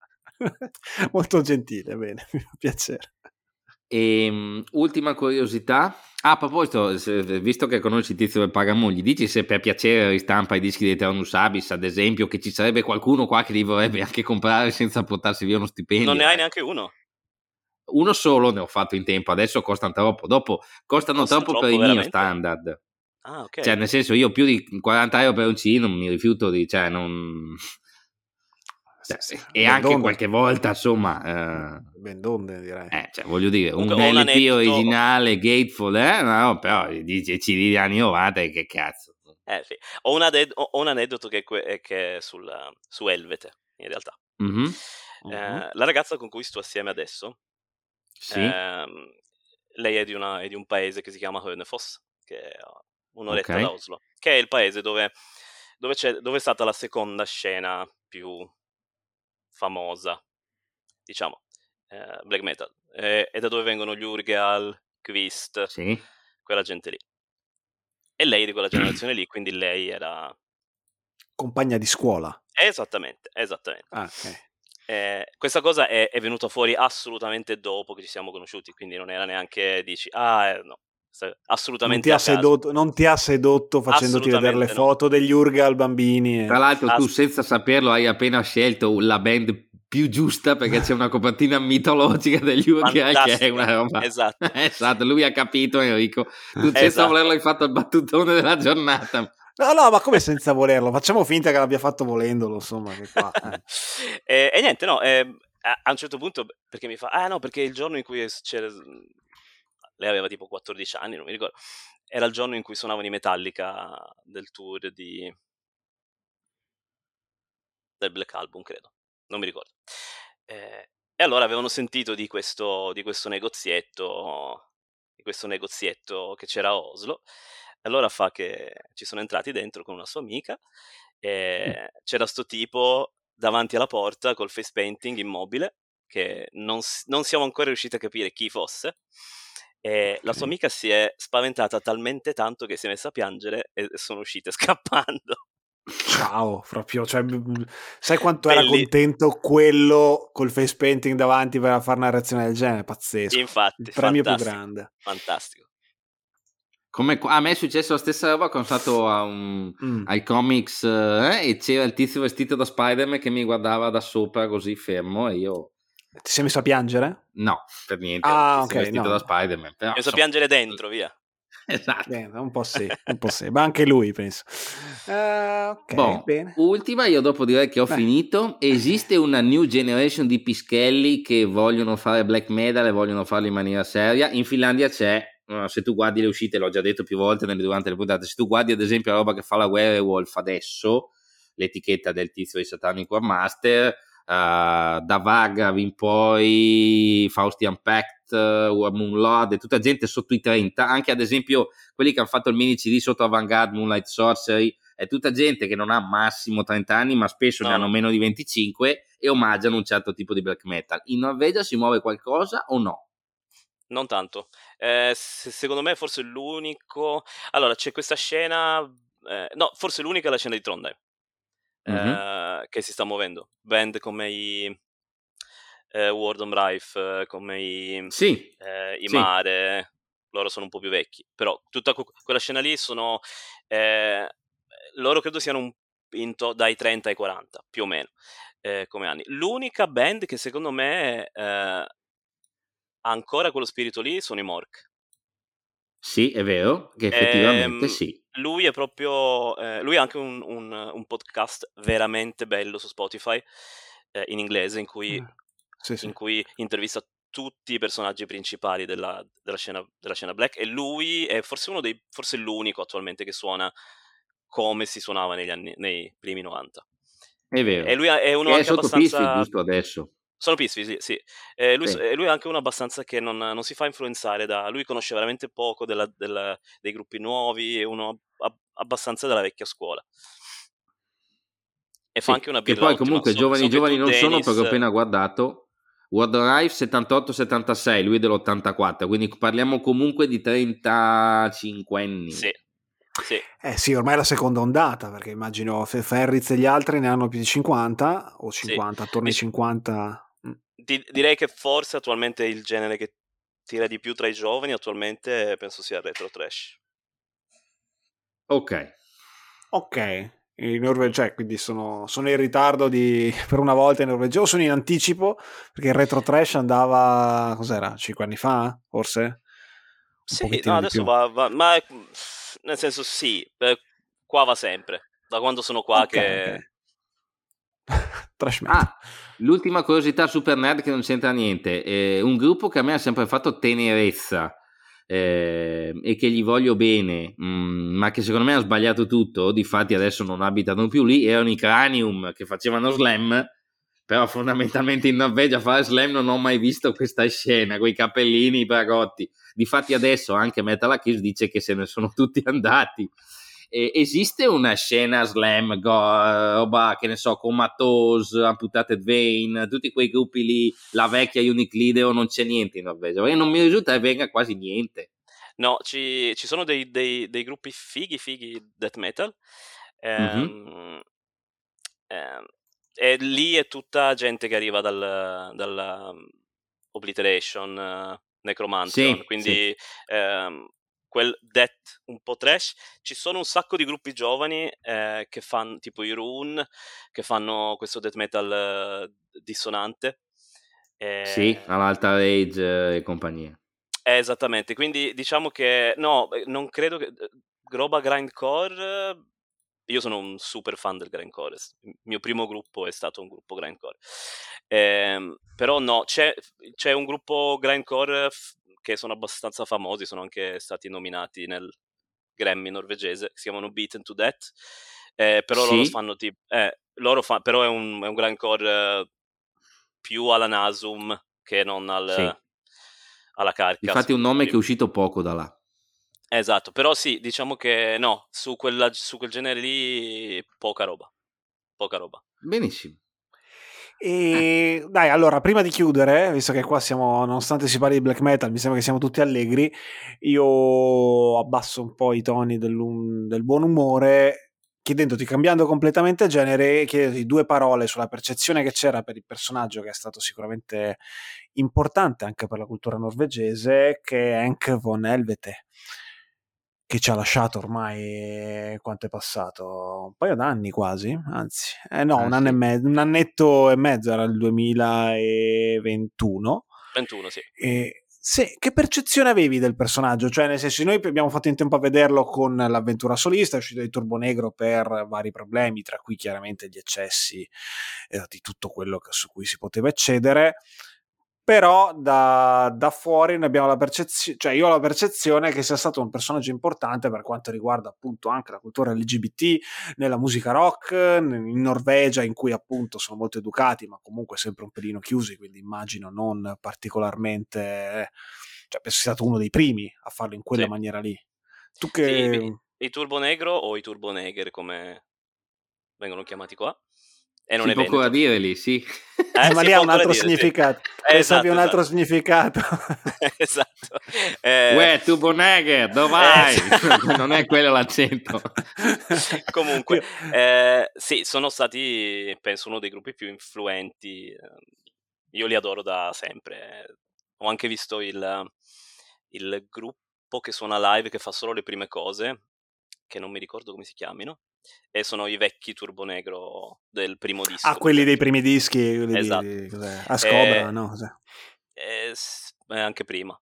Molto gentile, bene, mi fa piacere. E, um, ultima curiosità. Ah, a proposito, visto che conosci il tizio del Pagamon, gli dici se per piacere ristampa i dischi di Eternus Abyss, ad esempio, che ci sarebbe qualcuno qua che li vorrebbe anche comprare senza portarsi via uno stipendio. Non ne hai eh. neanche uno? Uno solo ne ho fatto in tempo, adesso costano troppo, dopo costano Costano troppo, troppo per veramente? il mio standard. Ah, ok. Cioè, nel senso, io più di quaranta euro per un C D non mi rifiuto di, cioè, non... Cioè, sì, sì. E anche donde. Qualche volta, insomma... Eh... Ben donde, direi. Eh, cioè, voglio dire, comunque, un, un L P aneddoto... originale, Gateful, eh? No, però dici C D degli anni novanta, che cazzo. Eh, sì. Ho, un aded- ho un aneddoto che, que- che è sul, su Helvete, in realtà. Mm-hmm. Eh, Mm-hmm. la ragazza con cui sto assieme adesso, sì. ehm, lei è di, una, è di un paese che si chiama Hønefoss, che è un'oretta okay. da Oslo, che è il paese dove, dove, c'è, dove è stata la seconda scena più famosa, diciamo, eh, black metal, eh, è da dove vengono gli Urgeal, Kvist, sì. quella gente lì. e lei di quella generazione lì, quindi lei era compagna di scuola. Esattamente, esattamente. Ah, okay. Eh, questa cosa è, è venuta fuori assolutamente dopo che ci siamo conosciuti, quindi non era neanche dici ah eh, no, assolutamente non a ti ha caso. sedotto, non ti ha sedotto facendoti vedere le foto no. degli Urgal bambini. E... Tra l'altro Ass- tu senza saperlo hai appena scelto la band più giusta perché c'è una copertina mitologica degli Urgal che è una roba. Esatto. Esatto, lui ha capito, Enrico. Tu senza esatto. volerlo hai fatto il battutone della giornata. No, no, ma come senza volerlo? Facciamo finta che l'abbia fatto volendolo, insomma. Che qua, eh. e, e niente, no, eh, a un certo punto, perché mi fa, ah no, perché il giorno in cui c'era, lei aveva tipo quattordici anni, non mi ricordo, era il giorno in cui suonavano i Metallica del tour di del Black Album, credo, non mi ricordo. Eh, e allora avevano sentito di questo, di questo negozietto, di questo negozietto che c'era a Oslo. Allora fa che ci sono entrati dentro con una sua amica e mm. c'era sto tipo davanti alla porta col face painting immobile che non, non siamo ancora riusciti a capire chi fosse e okay. La sua amica si è spaventata talmente tanto che si è messa a piangere e sono uscite scappando. Ciao, proprio, cioè, sai quanto Belli. Era contento quello col face painting davanti per fare una reazione del genere? Pazzesco. Infatti, il premio fantastico, più grande. Fantastico. Come a me è successo la stessa roba quando sono stato a un, mm. ai comics eh, e c'era il tizio vestito da Spider-Man che mi guardava da sopra così fermo e io... Ti sei messo a piangere? No, per niente. Ah, il ok, vestito no. da Spider-Man. Però, mi messo a piangere dentro, via. Esatto. Bene, un po' sì, un po' sì, ma anche lui penso. Uh, ok, bon, bene. Ultima, io dopo direi che ho Beh. finito. Esiste una new generation di pischelli che vogliono fare black metal e vogliono farlo in maniera seria. In Finlandia c'è, se tu guardi le uscite, l'ho già detto più volte durante le puntate, se tu guardi ad esempio la roba che fa la Werewolf adesso, l'etichetta del tizio di Satanic War Master, Uh, da Vagrav in poi Faustian Pact, uh, Moonlord e tutta gente sotto i trenta, anche ad esempio quelli che hanno fatto il mini C D sotto Avantgarde, Moonlight Sorcery, è tutta gente che non ha massimo trenta anni ma spesso no. ne hanno meno di venticinque e omaggiano un certo tipo di black metal. In Norvegia si muove qualcosa o no? Non tanto, eh, se, secondo me forse l'unico, allora c'è questa scena, eh, no forse l'unica è la scena di Trondheim. Mm-hmm. Uh, che si sta muovendo, band come i uh, World on Rife, come i, sì, uh, i sì. Mare, loro sono un po' più vecchi, però tutta que- quella scena lì sono, eh, loro credo siano un pinto dai trenta ai quaranta, più o meno, eh, come anni. L'unica band che secondo me eh, ha ancora quello spirito lì sono i Mork. Sì, è vero, che effettivamente ehm, sì. Lui è proprio, eh, lui ha anche un, un, un podcast veramente bello su Spotify, eh, in inglese, in cui, mm. sì, sì. in cui intervista tutti i personaggi principali della, della, scena, della scena black, e lui è forse uno dei, forse l'unico attualmente che suona come si suonava negli anni, nei primi novanta. È vero. E lui è uno che anche è sotto abbastanza... Pissi, giusto adesso. Sono Pissi, sì, sì. Eh, lui, sì. eh, lui è anche uno abbastanza che non, non si fa influenzare da... Lui conosce veramente poco della, della, dei gruppi nuovi, è uno ab- abbastanza della vecchia scuola. E sì, fa anche una birra che poi ottima. comunque so, giovani so giovani non Dennis... sono, perché ho appena guardato World of Life settantotto settantasei, lui è dell'ottantaquattro, quindi parliamo comunque di trentacinque anni. Sì. Sì. Eh sì, ormai è la seconda ondata, perché immagino Ferriz e gli altri ne hanno più di cinquanta o cinquanta, sì. Attorno ai cinquanta. Di, direi che forse attualmente il genere che tira di più tra i giovani attualmente penso sia il retro trash. Ok. Ok. I norvegesi, cioè, quindi sono, sono in ritardo di, per una volta in Norvegia, o sono in anticipo, perché il retro trash andava, cos'era, cinque anni fa, forse? Un sì, no, adesso va, va, ma nel senso sì, qua va sempre, da quando sono qua okay, che... Okay. Trash metal. Ah, l'ultima curiosità super nerd che non c'entra niente, eh, un gruppo che a me ha sempre fatto tenerezza, Eh, e che gli voglio bene, mh, ma che secondo me ha sbagliato tutto, difatti adesso non abitano più lì, erano i Cranium che facevano slam, però fondamentalmente in Norvegia fare slam non ho mai visto questa scena, quei cappellini, i bagotti, difatti adesso anche Metal Kiss dice che se ne sono tutti andati. Eh, esiste una scena slam, go, roba che ne so, Comatose, Amputated Vein, tutti quei gruppi lì, la vecchia Unique Leader, non c'è niente in Norvegia, perché non mi risulta che venga quasi niente. No, ci, ci sono dei, dei, dei gruppi fighi, fighi death metal. Ehm, Mhm. ehm, e lì è tutta gente che arriva dal, dalla um, Obliteration, eh, Necromantion, Sì, sì, quindi ehm, quel death un po' trash. Ci sono un sacco di gruppi giovani eh, che fanno, tipo i Rune, che fanno questo death metal eh, dissonante. sì, Eh, all'Alta Rage e compagnia. eh, esattamente, quindi diciamo che no, eh, non credo che eh, roba grindcore. eh, Io sono un super fan del grindcore. s- Il mio primo gruppo è stato un gruppo grindcore. Ehm, però no, c'è, c'è un gruppo grindcore f- che sono abbastanza famosi, sono anche stati nominati nel Grammy norvegese, che si chiamano Beaten to Death. Eh, però loro Sì, fanno tipo, eh, loro fa, però è un, è un grindcore eh, più alla Nasum che non al, sì. alla Carcass, Difatti è un quindi nome che più. è uscito poco da là. Esatto, però sì, diciamo che no, su, quella, su quel genere lì poca roba, poca roba. Benissimo. Eh, E dai, allora, prima di chiudere, visto che qua siamo, nonostante si parli di black metal, mi sembra che siamo tutti allegri, io abbasso un po' i toni del, del buon umore, chiedendoti, cambiando completamente genere, chiedendoti due parole sulla percezione che c'era per il personaggio, che è stato sicuramente importante anche per la cultura norvegese, che è Henk von Helvete, che ci ha lasciato ormai, quanto è passato? Un paio d'anni quasi, anzi, eh no, ah, un anno e sì. mezzo, un annetto e mezzo, era il duemilaventuno. ventuno, sì. E se, che percezione avevi del personaggio? Cioè, nel senso, noi abbiamo fatto in tempo a vederlo con l'avventura solista, è uscito di Turbo Negro per vari problemi, tra cui chiaramente gli eccessi eh, di tutto quello che, su cui si poteva eccedere. Però da, da fuori ne abbiamo la percezione, cioè io ho la percezione che sia stato un personaggio importante per quanto riguarda appunto anche la cultura L G B T, nella musica rock, in Norvegia, in cui appunto sono molto educati, ma comunque sempre un pelino chiusi, quindi immagino non particolarmente, eh, cioè penso sia stato uno dei primi a farlo in quella Sì, maniera lì. Tu sì, che... i, i Turbo Negro o i Turbo Neger come vengono chiamati qua, e non Si è può ancora Veneto. dire lì, sì. Eh, Eh, ma si lì ha può un ancora altro dire, sì. significato, Eh, pensavi esatto, un altro esatto. significato. Esatto. Eh, Uè, tu Bonegger, dove eh, vai? Non è quello l'accento. Comunque, Io- eh, sì, sono stati, penso, uno dei gruppi più influenti. eh, Io li adoro da sempre. eh. Ho anche visto il, il gruppo che suona live, che fa solo le prime cose, che non mi ricordo come si chiamino, e sono i vecchi Turbo Negro del primo Ah, disco, per quelli dei esempio. primi dischi, quelli di, Esatto. di cos'è? Ascobra, Eh, no? Cos'è? eh, s- eh, anche prima.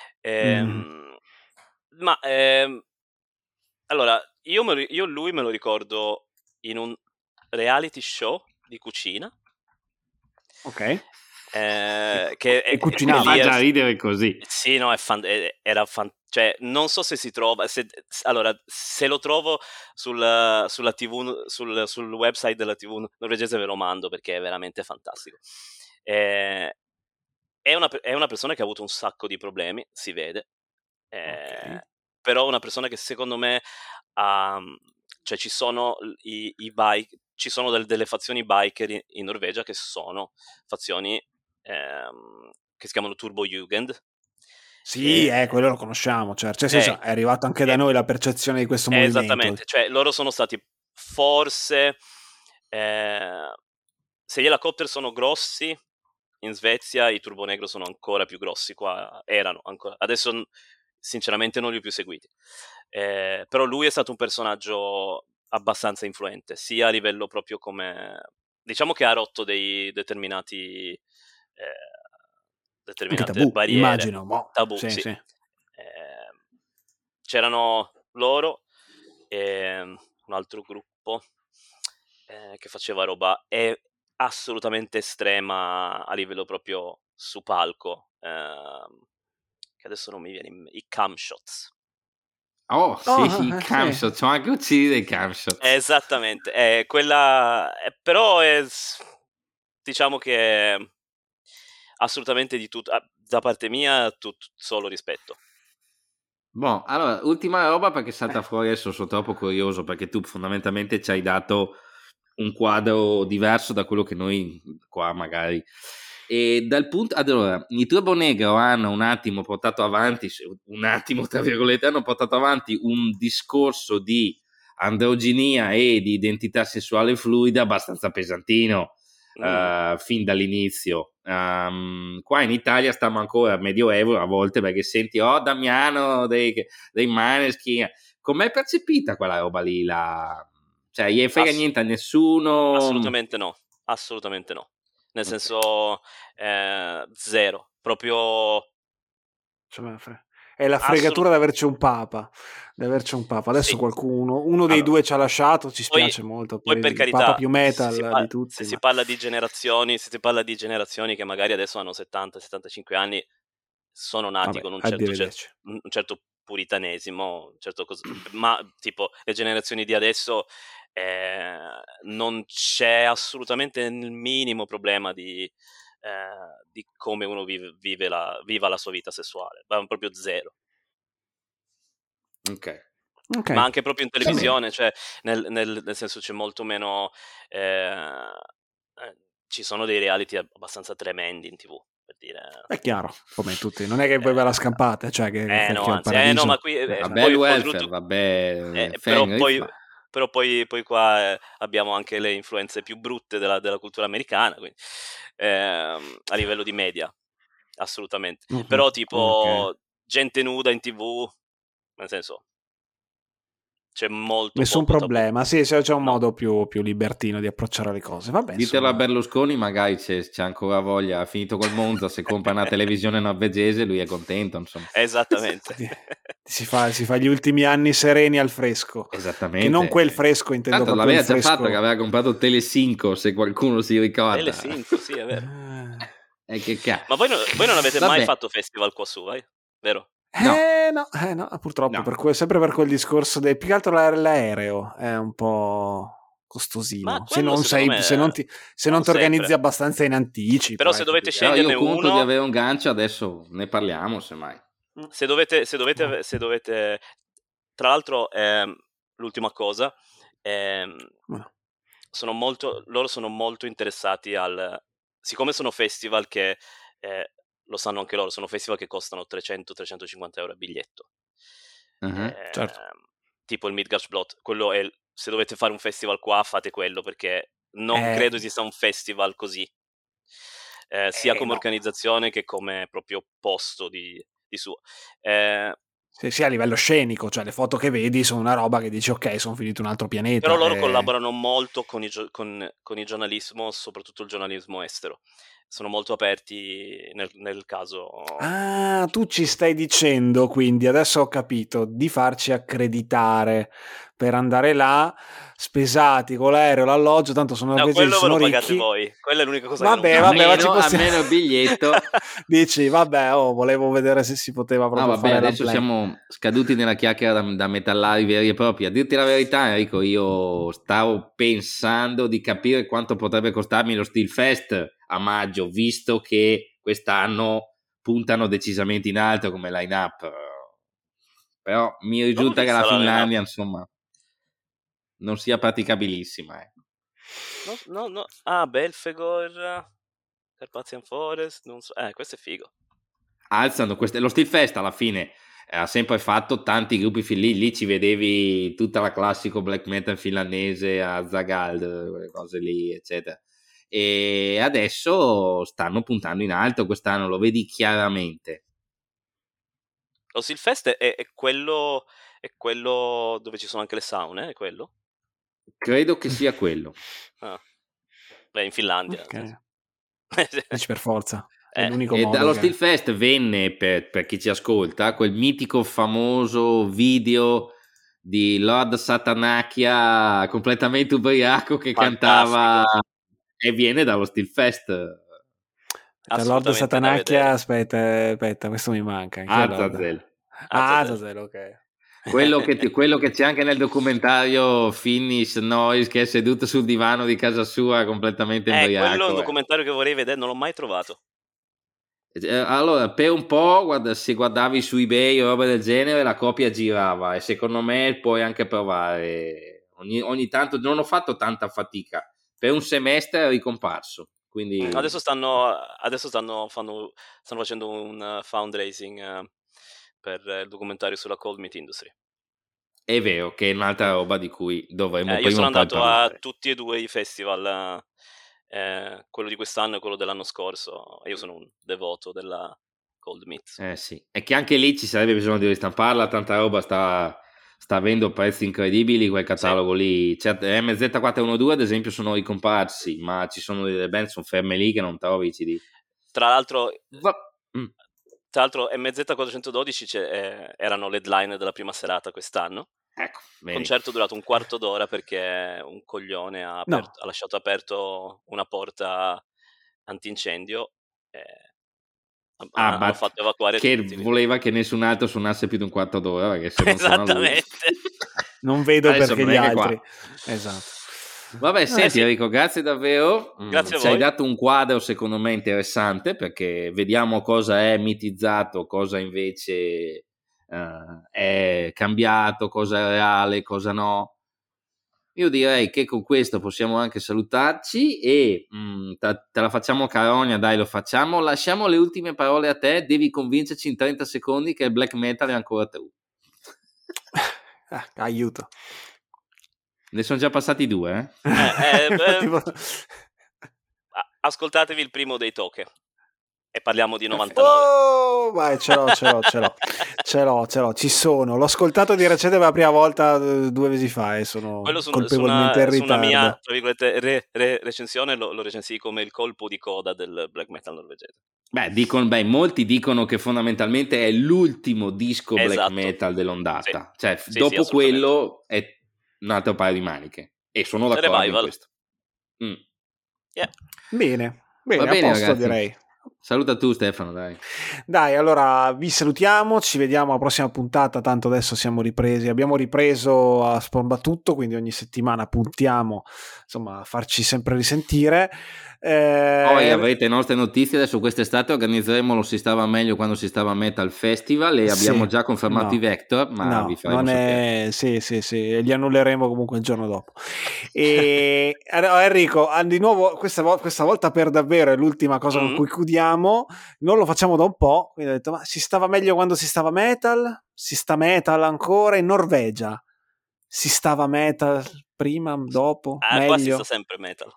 Mm. Ehm, ma ehm, allora, io, me lo- io lui me lo ricordo in un reality show di cucina, Ok. E, eh, che e è- anche Mi lì cucinava. fa è, già ridere così. sì, no, è fan- è- era fan- cioè, non so se si trova, se, allora, se lo trovo sul, sulla T V, sul, sul website della T V norvegese ve lo mando perché è veramente fantastico. Eh, è una, è una persona che ha avuto un sacco di problemi, si vede, eh, Ok. però una persona che secondo me ha, cioè ci sono l- i, i bike, ci sono del- delle fazioni biker in, in Norvegia che sono fazioni ehm, che si chiamano Turbo Jugend, Sì, eh, che quello lo conosciamo, certo. Cioè, nel eh, senso, è arrivato anche da eh, noi la percezione di questo eh, movimento. esattamente, cioè loro sono stati forse, eh, se gli helicopter sono grossi in Svezia, i Turbo Negro sono ancora più grossi qua, erano ancora, adesso n- sinceramente non li ho più seguiti. Eh, però lui è stato un personaggio abbastanza influente, sia a livello proprio come, diciamo che ha rotto dei determinati, eh, Anche determinate tabù, barriere, immagino. Boh. tabù, Sì, sì. sì. Eh, C'erano loro e un altro gruppo eh, che faceva roba è assolutamente estrema a livello proprio su palco, ehm, che adesso non mi viene in mente, i camshots. Oh, sì, Oh, sì, i eh, sì. camshot, sono anche uccisi dei camshot. Esattamente, è quella, è- però è, s- diciamo che è assolutamente di tutto, ah, da parte mia, tut- solo rispetto. Boh, allora, ultima roba perché salta Eh, fuori adesso, sono troppo curioso perché tu fondamentalmente ci hai dato un quadro diverso da quello che noi qua magari E dal punto, allora, i Turbo Negro hanno un attimo portato avanti, un attimo tra virgolette, hanno portato avanti un discorso di androginia e di identità sessuale fluida abbastanza pesantino, mm. uh, fin dall'inizio. Um, qua in Italia stiamo ancora a medioevo a volte, perché senti oh Damiano dei, dei Maneskin. Com'è percepita quella roba lì? La... Cioè, gli frega Ass- niente a nessuno? Assolutamente no, assolutamente no. Nel okay. senso, eh, zero. Proprio... Cioè, è la fregatura Assolut- di averci un papa. Di averci un papa. Adesso sì. qualcuno, uno dei allora, due ci ha lasciato, ci spiace poi, molto. Poi per il carità, papa più metal si pa- di tutti. Se ma... si parla di generazioni, se si parla di generazioni che magari adesso hanno settanta settantacinque anni, sono nati Vabbè, con un certo, cer- un certo puritanesimo, un certo cos- ma tipo le generazioni di adesso eh, non c'è assolutamente il minimo problema di, eh, di come uno vive, vive la, viva la sua vita sessuale, ma proprio zero. Ok. Okay. Ma anche proprio in televisione, cioè nel, nel, nel senso c'è molto meno eh, eh, ci sono dei reality abbastanza tremendi in tv, per dire. È chiaro, come tutti, non è che voi ve la scampate, cioè che, eh, che, no, che anzi, eh, no, ma qui eh, vabbè, poi, il welfare, oltretutto, vabbè, eh, però poi però poi, poi qua eh, abbiamo anche le influenze più brutte della, della cultura americana, quindi, eh, a livello di media, assolutamente. Mm-hmm. Però tipo okay. gente nuda in tv, nel senso c'è molto nessun poco problema, tabù. sì, c'è un no. modo più, più libertino di approcciare le cose. Vabbè, ditelo a Berlusconi, magari c'è, c'è ancora voglia, ha finito col Monza, se compra una televisione norvegese lui è contento, insomma. Esattamente. si, fa, si fa gli ultimi anni sereni al fresco. Esattamente. Che non quel fresco, intendo Tanto proprio l'aveva il fresco. già fatto, che aveva comprato Telecinco, se qualcuno si ricorda. Telecinco, sì, è vero. eh, che cazzo. Ma voi, no, voi non avete Vabbè. mai fatto festival qua su, vai? Vero? No. Eh, no, eh, no, purtroppo, no. Per que- sempre per quel discorso del più che altro l'aereo è un po' costosino. Se non, sei, se non ti, se non non ti organizzi abbastanza in anticipo. Però eh, se dovete Però sceglierne io conto uno... di avere un gancio, adesso ne parliamo semmai. Se dovete, se dovete, se dovete... Tra l'altro, ehm, l'ultima cosa, ehm, no. sono molto, loro sono molto interessati al... Siccome sono festival che... Eh, lo sanno anche loro, sono festival che costano trecento trecentocinquanta euro a biglietto. Uh-huh, eh, certo. Tipo il Midgardblot, quello è, se dovete fare un festival qua fate quello, perché non eh. credo esista un festival così, eh, sia eh, come no. organizzazione che come proprio posto di, di suo. Eh, sì, sì, a livello scenico, cioè le foto che vedi sono una roba che dici ok, sono finito in un altro pianeta. Però loro eh. collaborano molto con, i, con, con il giornalismo, soprattutto il giornalismo estero. Sono molto aperti nel, nel caso. Ah, tu ci stai dicendo, quindi adesso ho capito, di farci accreditare per andare là, spesati con l'aereo, l'alloggio, tanto sono no, norvegesi, quello sono ve lo ricchi. pagate voi, quella è l'unica cosa vabbè, che vabbè, non vabbè, almeno, ma ci possiamo... almeno il biglietto. Dici, vabbè, oh, volevo vedere se si poteva proprio no, vabbè, fare adesso la siamo scaduti nella chiacchiera da, da metallari veri e propri. A dirti la verità, Enrico, io stavo pensando di capire quanto potrebbe costarmi lo Steel Fest a maggio, visto che quest'anno puntano decisamente in alto come line-up. Però mi risulta che la Finlandia, insomma, non sia praticabilissima. Eh. No, no, no. Ah, Belfegor, Carpathian Forest, non so. Eh, questo è figo. Alzano queste, lo Steel Fest alla fine ha sempre fatto tanti gruppi lì, lì ci vedevi tutta la classico black metal finlandese a Zagald, quelle cose lì, eccetera. E adesso stanno puntando in alto, quest'anno lo vedi chiaramente. Lo Steel Fest è, è quello è quello dove ci sono anche le saune, è quello? Credo che sia quello. Ah. Beh, in Finlandia. Okay. Dici per forza. È eh. l'unico e modo dallo che... Steel Fest venne, per, per chi ci ascolta, quel mitico famoso video di Lord Satanachia completamente ubriaco che Fantastico. cantava, e viene dallo Steel Fest. Lord Satanachia, aspetta, aspetta, questo mi manca. Azazel. Ah, Azazel, ok. Quello che, ti, quello che c'è anche nel documentario Finish Noise, che è seduto sul divano di casa sua completamente ubriaco. Eh, quello è un documentario che vorrei vedere, non l'ho mai trovato. Allora, per un po', guarda, se guardavi su eBay o roba del genere, la copia girava, e secondo me puoi anche provare. Ogni, ogni tanto non ho fatto tanta fatica, per un semestre è ricomparso, Quindi... Adesso stanno, adesso stanno, fanno, stanno facendo un uh, fundraising uh, per il documentario sulla Cold Meat Industry. È vero, che è un'altra roba di cui dovremmo eh, prima io sono o poi andato parlare. a tutti e due i festival, eh, quello di quest'anno e quello dell'anno scorso, e io sono un devoto della Cold Meat. Eh sì, è che anche lì ci sarebbe bisogno di ristamparla, tanta roba sta, sta avendo prezzi incredibili quel catalogo sì. lì. Certe, M Z quattrocentododici ad esempio sono ricomparsi, ma ci sono delle band sono ferme lì che non trovi C D. Tra l'altro... Va- mm. Tra l'altro M Z quattrocentododici eh, erano l'headline della prima serata quest'anno. Ecco, il concerto è durato un quarto d'ora perché un coglione ha, aperto, No. ha lasciato aperto una porta antincendio e ah, hanno fatto evacuare che tutti. Voleva che nessun altro suonasse più di un quarto d'ora, perché se non Esattamente. Non vedo Adesso perché non gli è che altri. Qua. Esatto. Vabbè, eh, senti sì. Enrico, grazie davvero. Grazie mm, a ci voi. hai dato un quadro secondo me interessante, perché vediamo cosa è mitizzato, cosa invece uh, è cambiato, cosa è reale, cosa no. Io direi che con questo possiamo anche salutarci e mh, te, te la facciamo carogna, dai, lo facciamo. Lasciamo le ultime parole a te, devi convincerci in trenta secondi che il black metal è ancora true. Ah, aiuto. Ne sono già passati due, eh? eh, eh tipo... Ascoltatevi il primo dei Toche e parliamo di novantanove. Oh, vai, ce l'ho, ce l'ho, ce l'ho, ce l'ho, ce l'ho, ci sono. L'ho ascoltato di recente per la prima volta due mesi fa e sono Quello su, colpevolmente su una, in su una ritardo. mia, tra virgolette, re, re, recensione lo, lo recensii come il colpo di coda del black metal norvegese. Beh, dicono, beh, molti dicono che fondamentalmente è l'ultimo disco esatto. black metal dell'ondata. Sì. Cioè, sì, dopo sì, quello è un altro paio di maniche. E sono d'accordo Revival. in questo. Mm. Yeah. Bene, bene, Va bene, a posto ragazzi. direi. Saluta tu Stefano, dai. Dai, allora vi salutiamo, ci vediamo alla prossima puntata, tanto adesso siamo ripresi, abbiamo ripreso a Spombatutto, quindi ogni settimana puntiamo, insomma, a farci sempre risentire. Eh... Poi avrete nostre notizie, adesso quest'estate organizzeremo lo Si Stava Meglio quando si stava Metal Festival e sì, abbiamo già confermato no, i Vector, ma no, vi faremo non sapere. È... Sì, sì, sì, e li annulleremo comunque il giorno dopo. E Enrico, di nuovo, questa, vo- questa volta per davvero è l'ultima cosa mm-hmm. con cui chiudiamo, non lo facciamo da un po', quindi ho detto, ma si stava meglio quando si stava metal? Si sta metal ancora in Norvegia? Si stava metal prima, dopo, Ah, meglio? qua si sta sempre metal.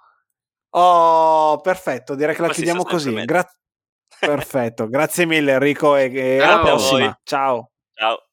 Oh, perfetto, direi che la qua chiudiamo così. Gra- Perfetto, grazie mille Enrico e, e Ciao. alla prossima. Ciao. Ciao.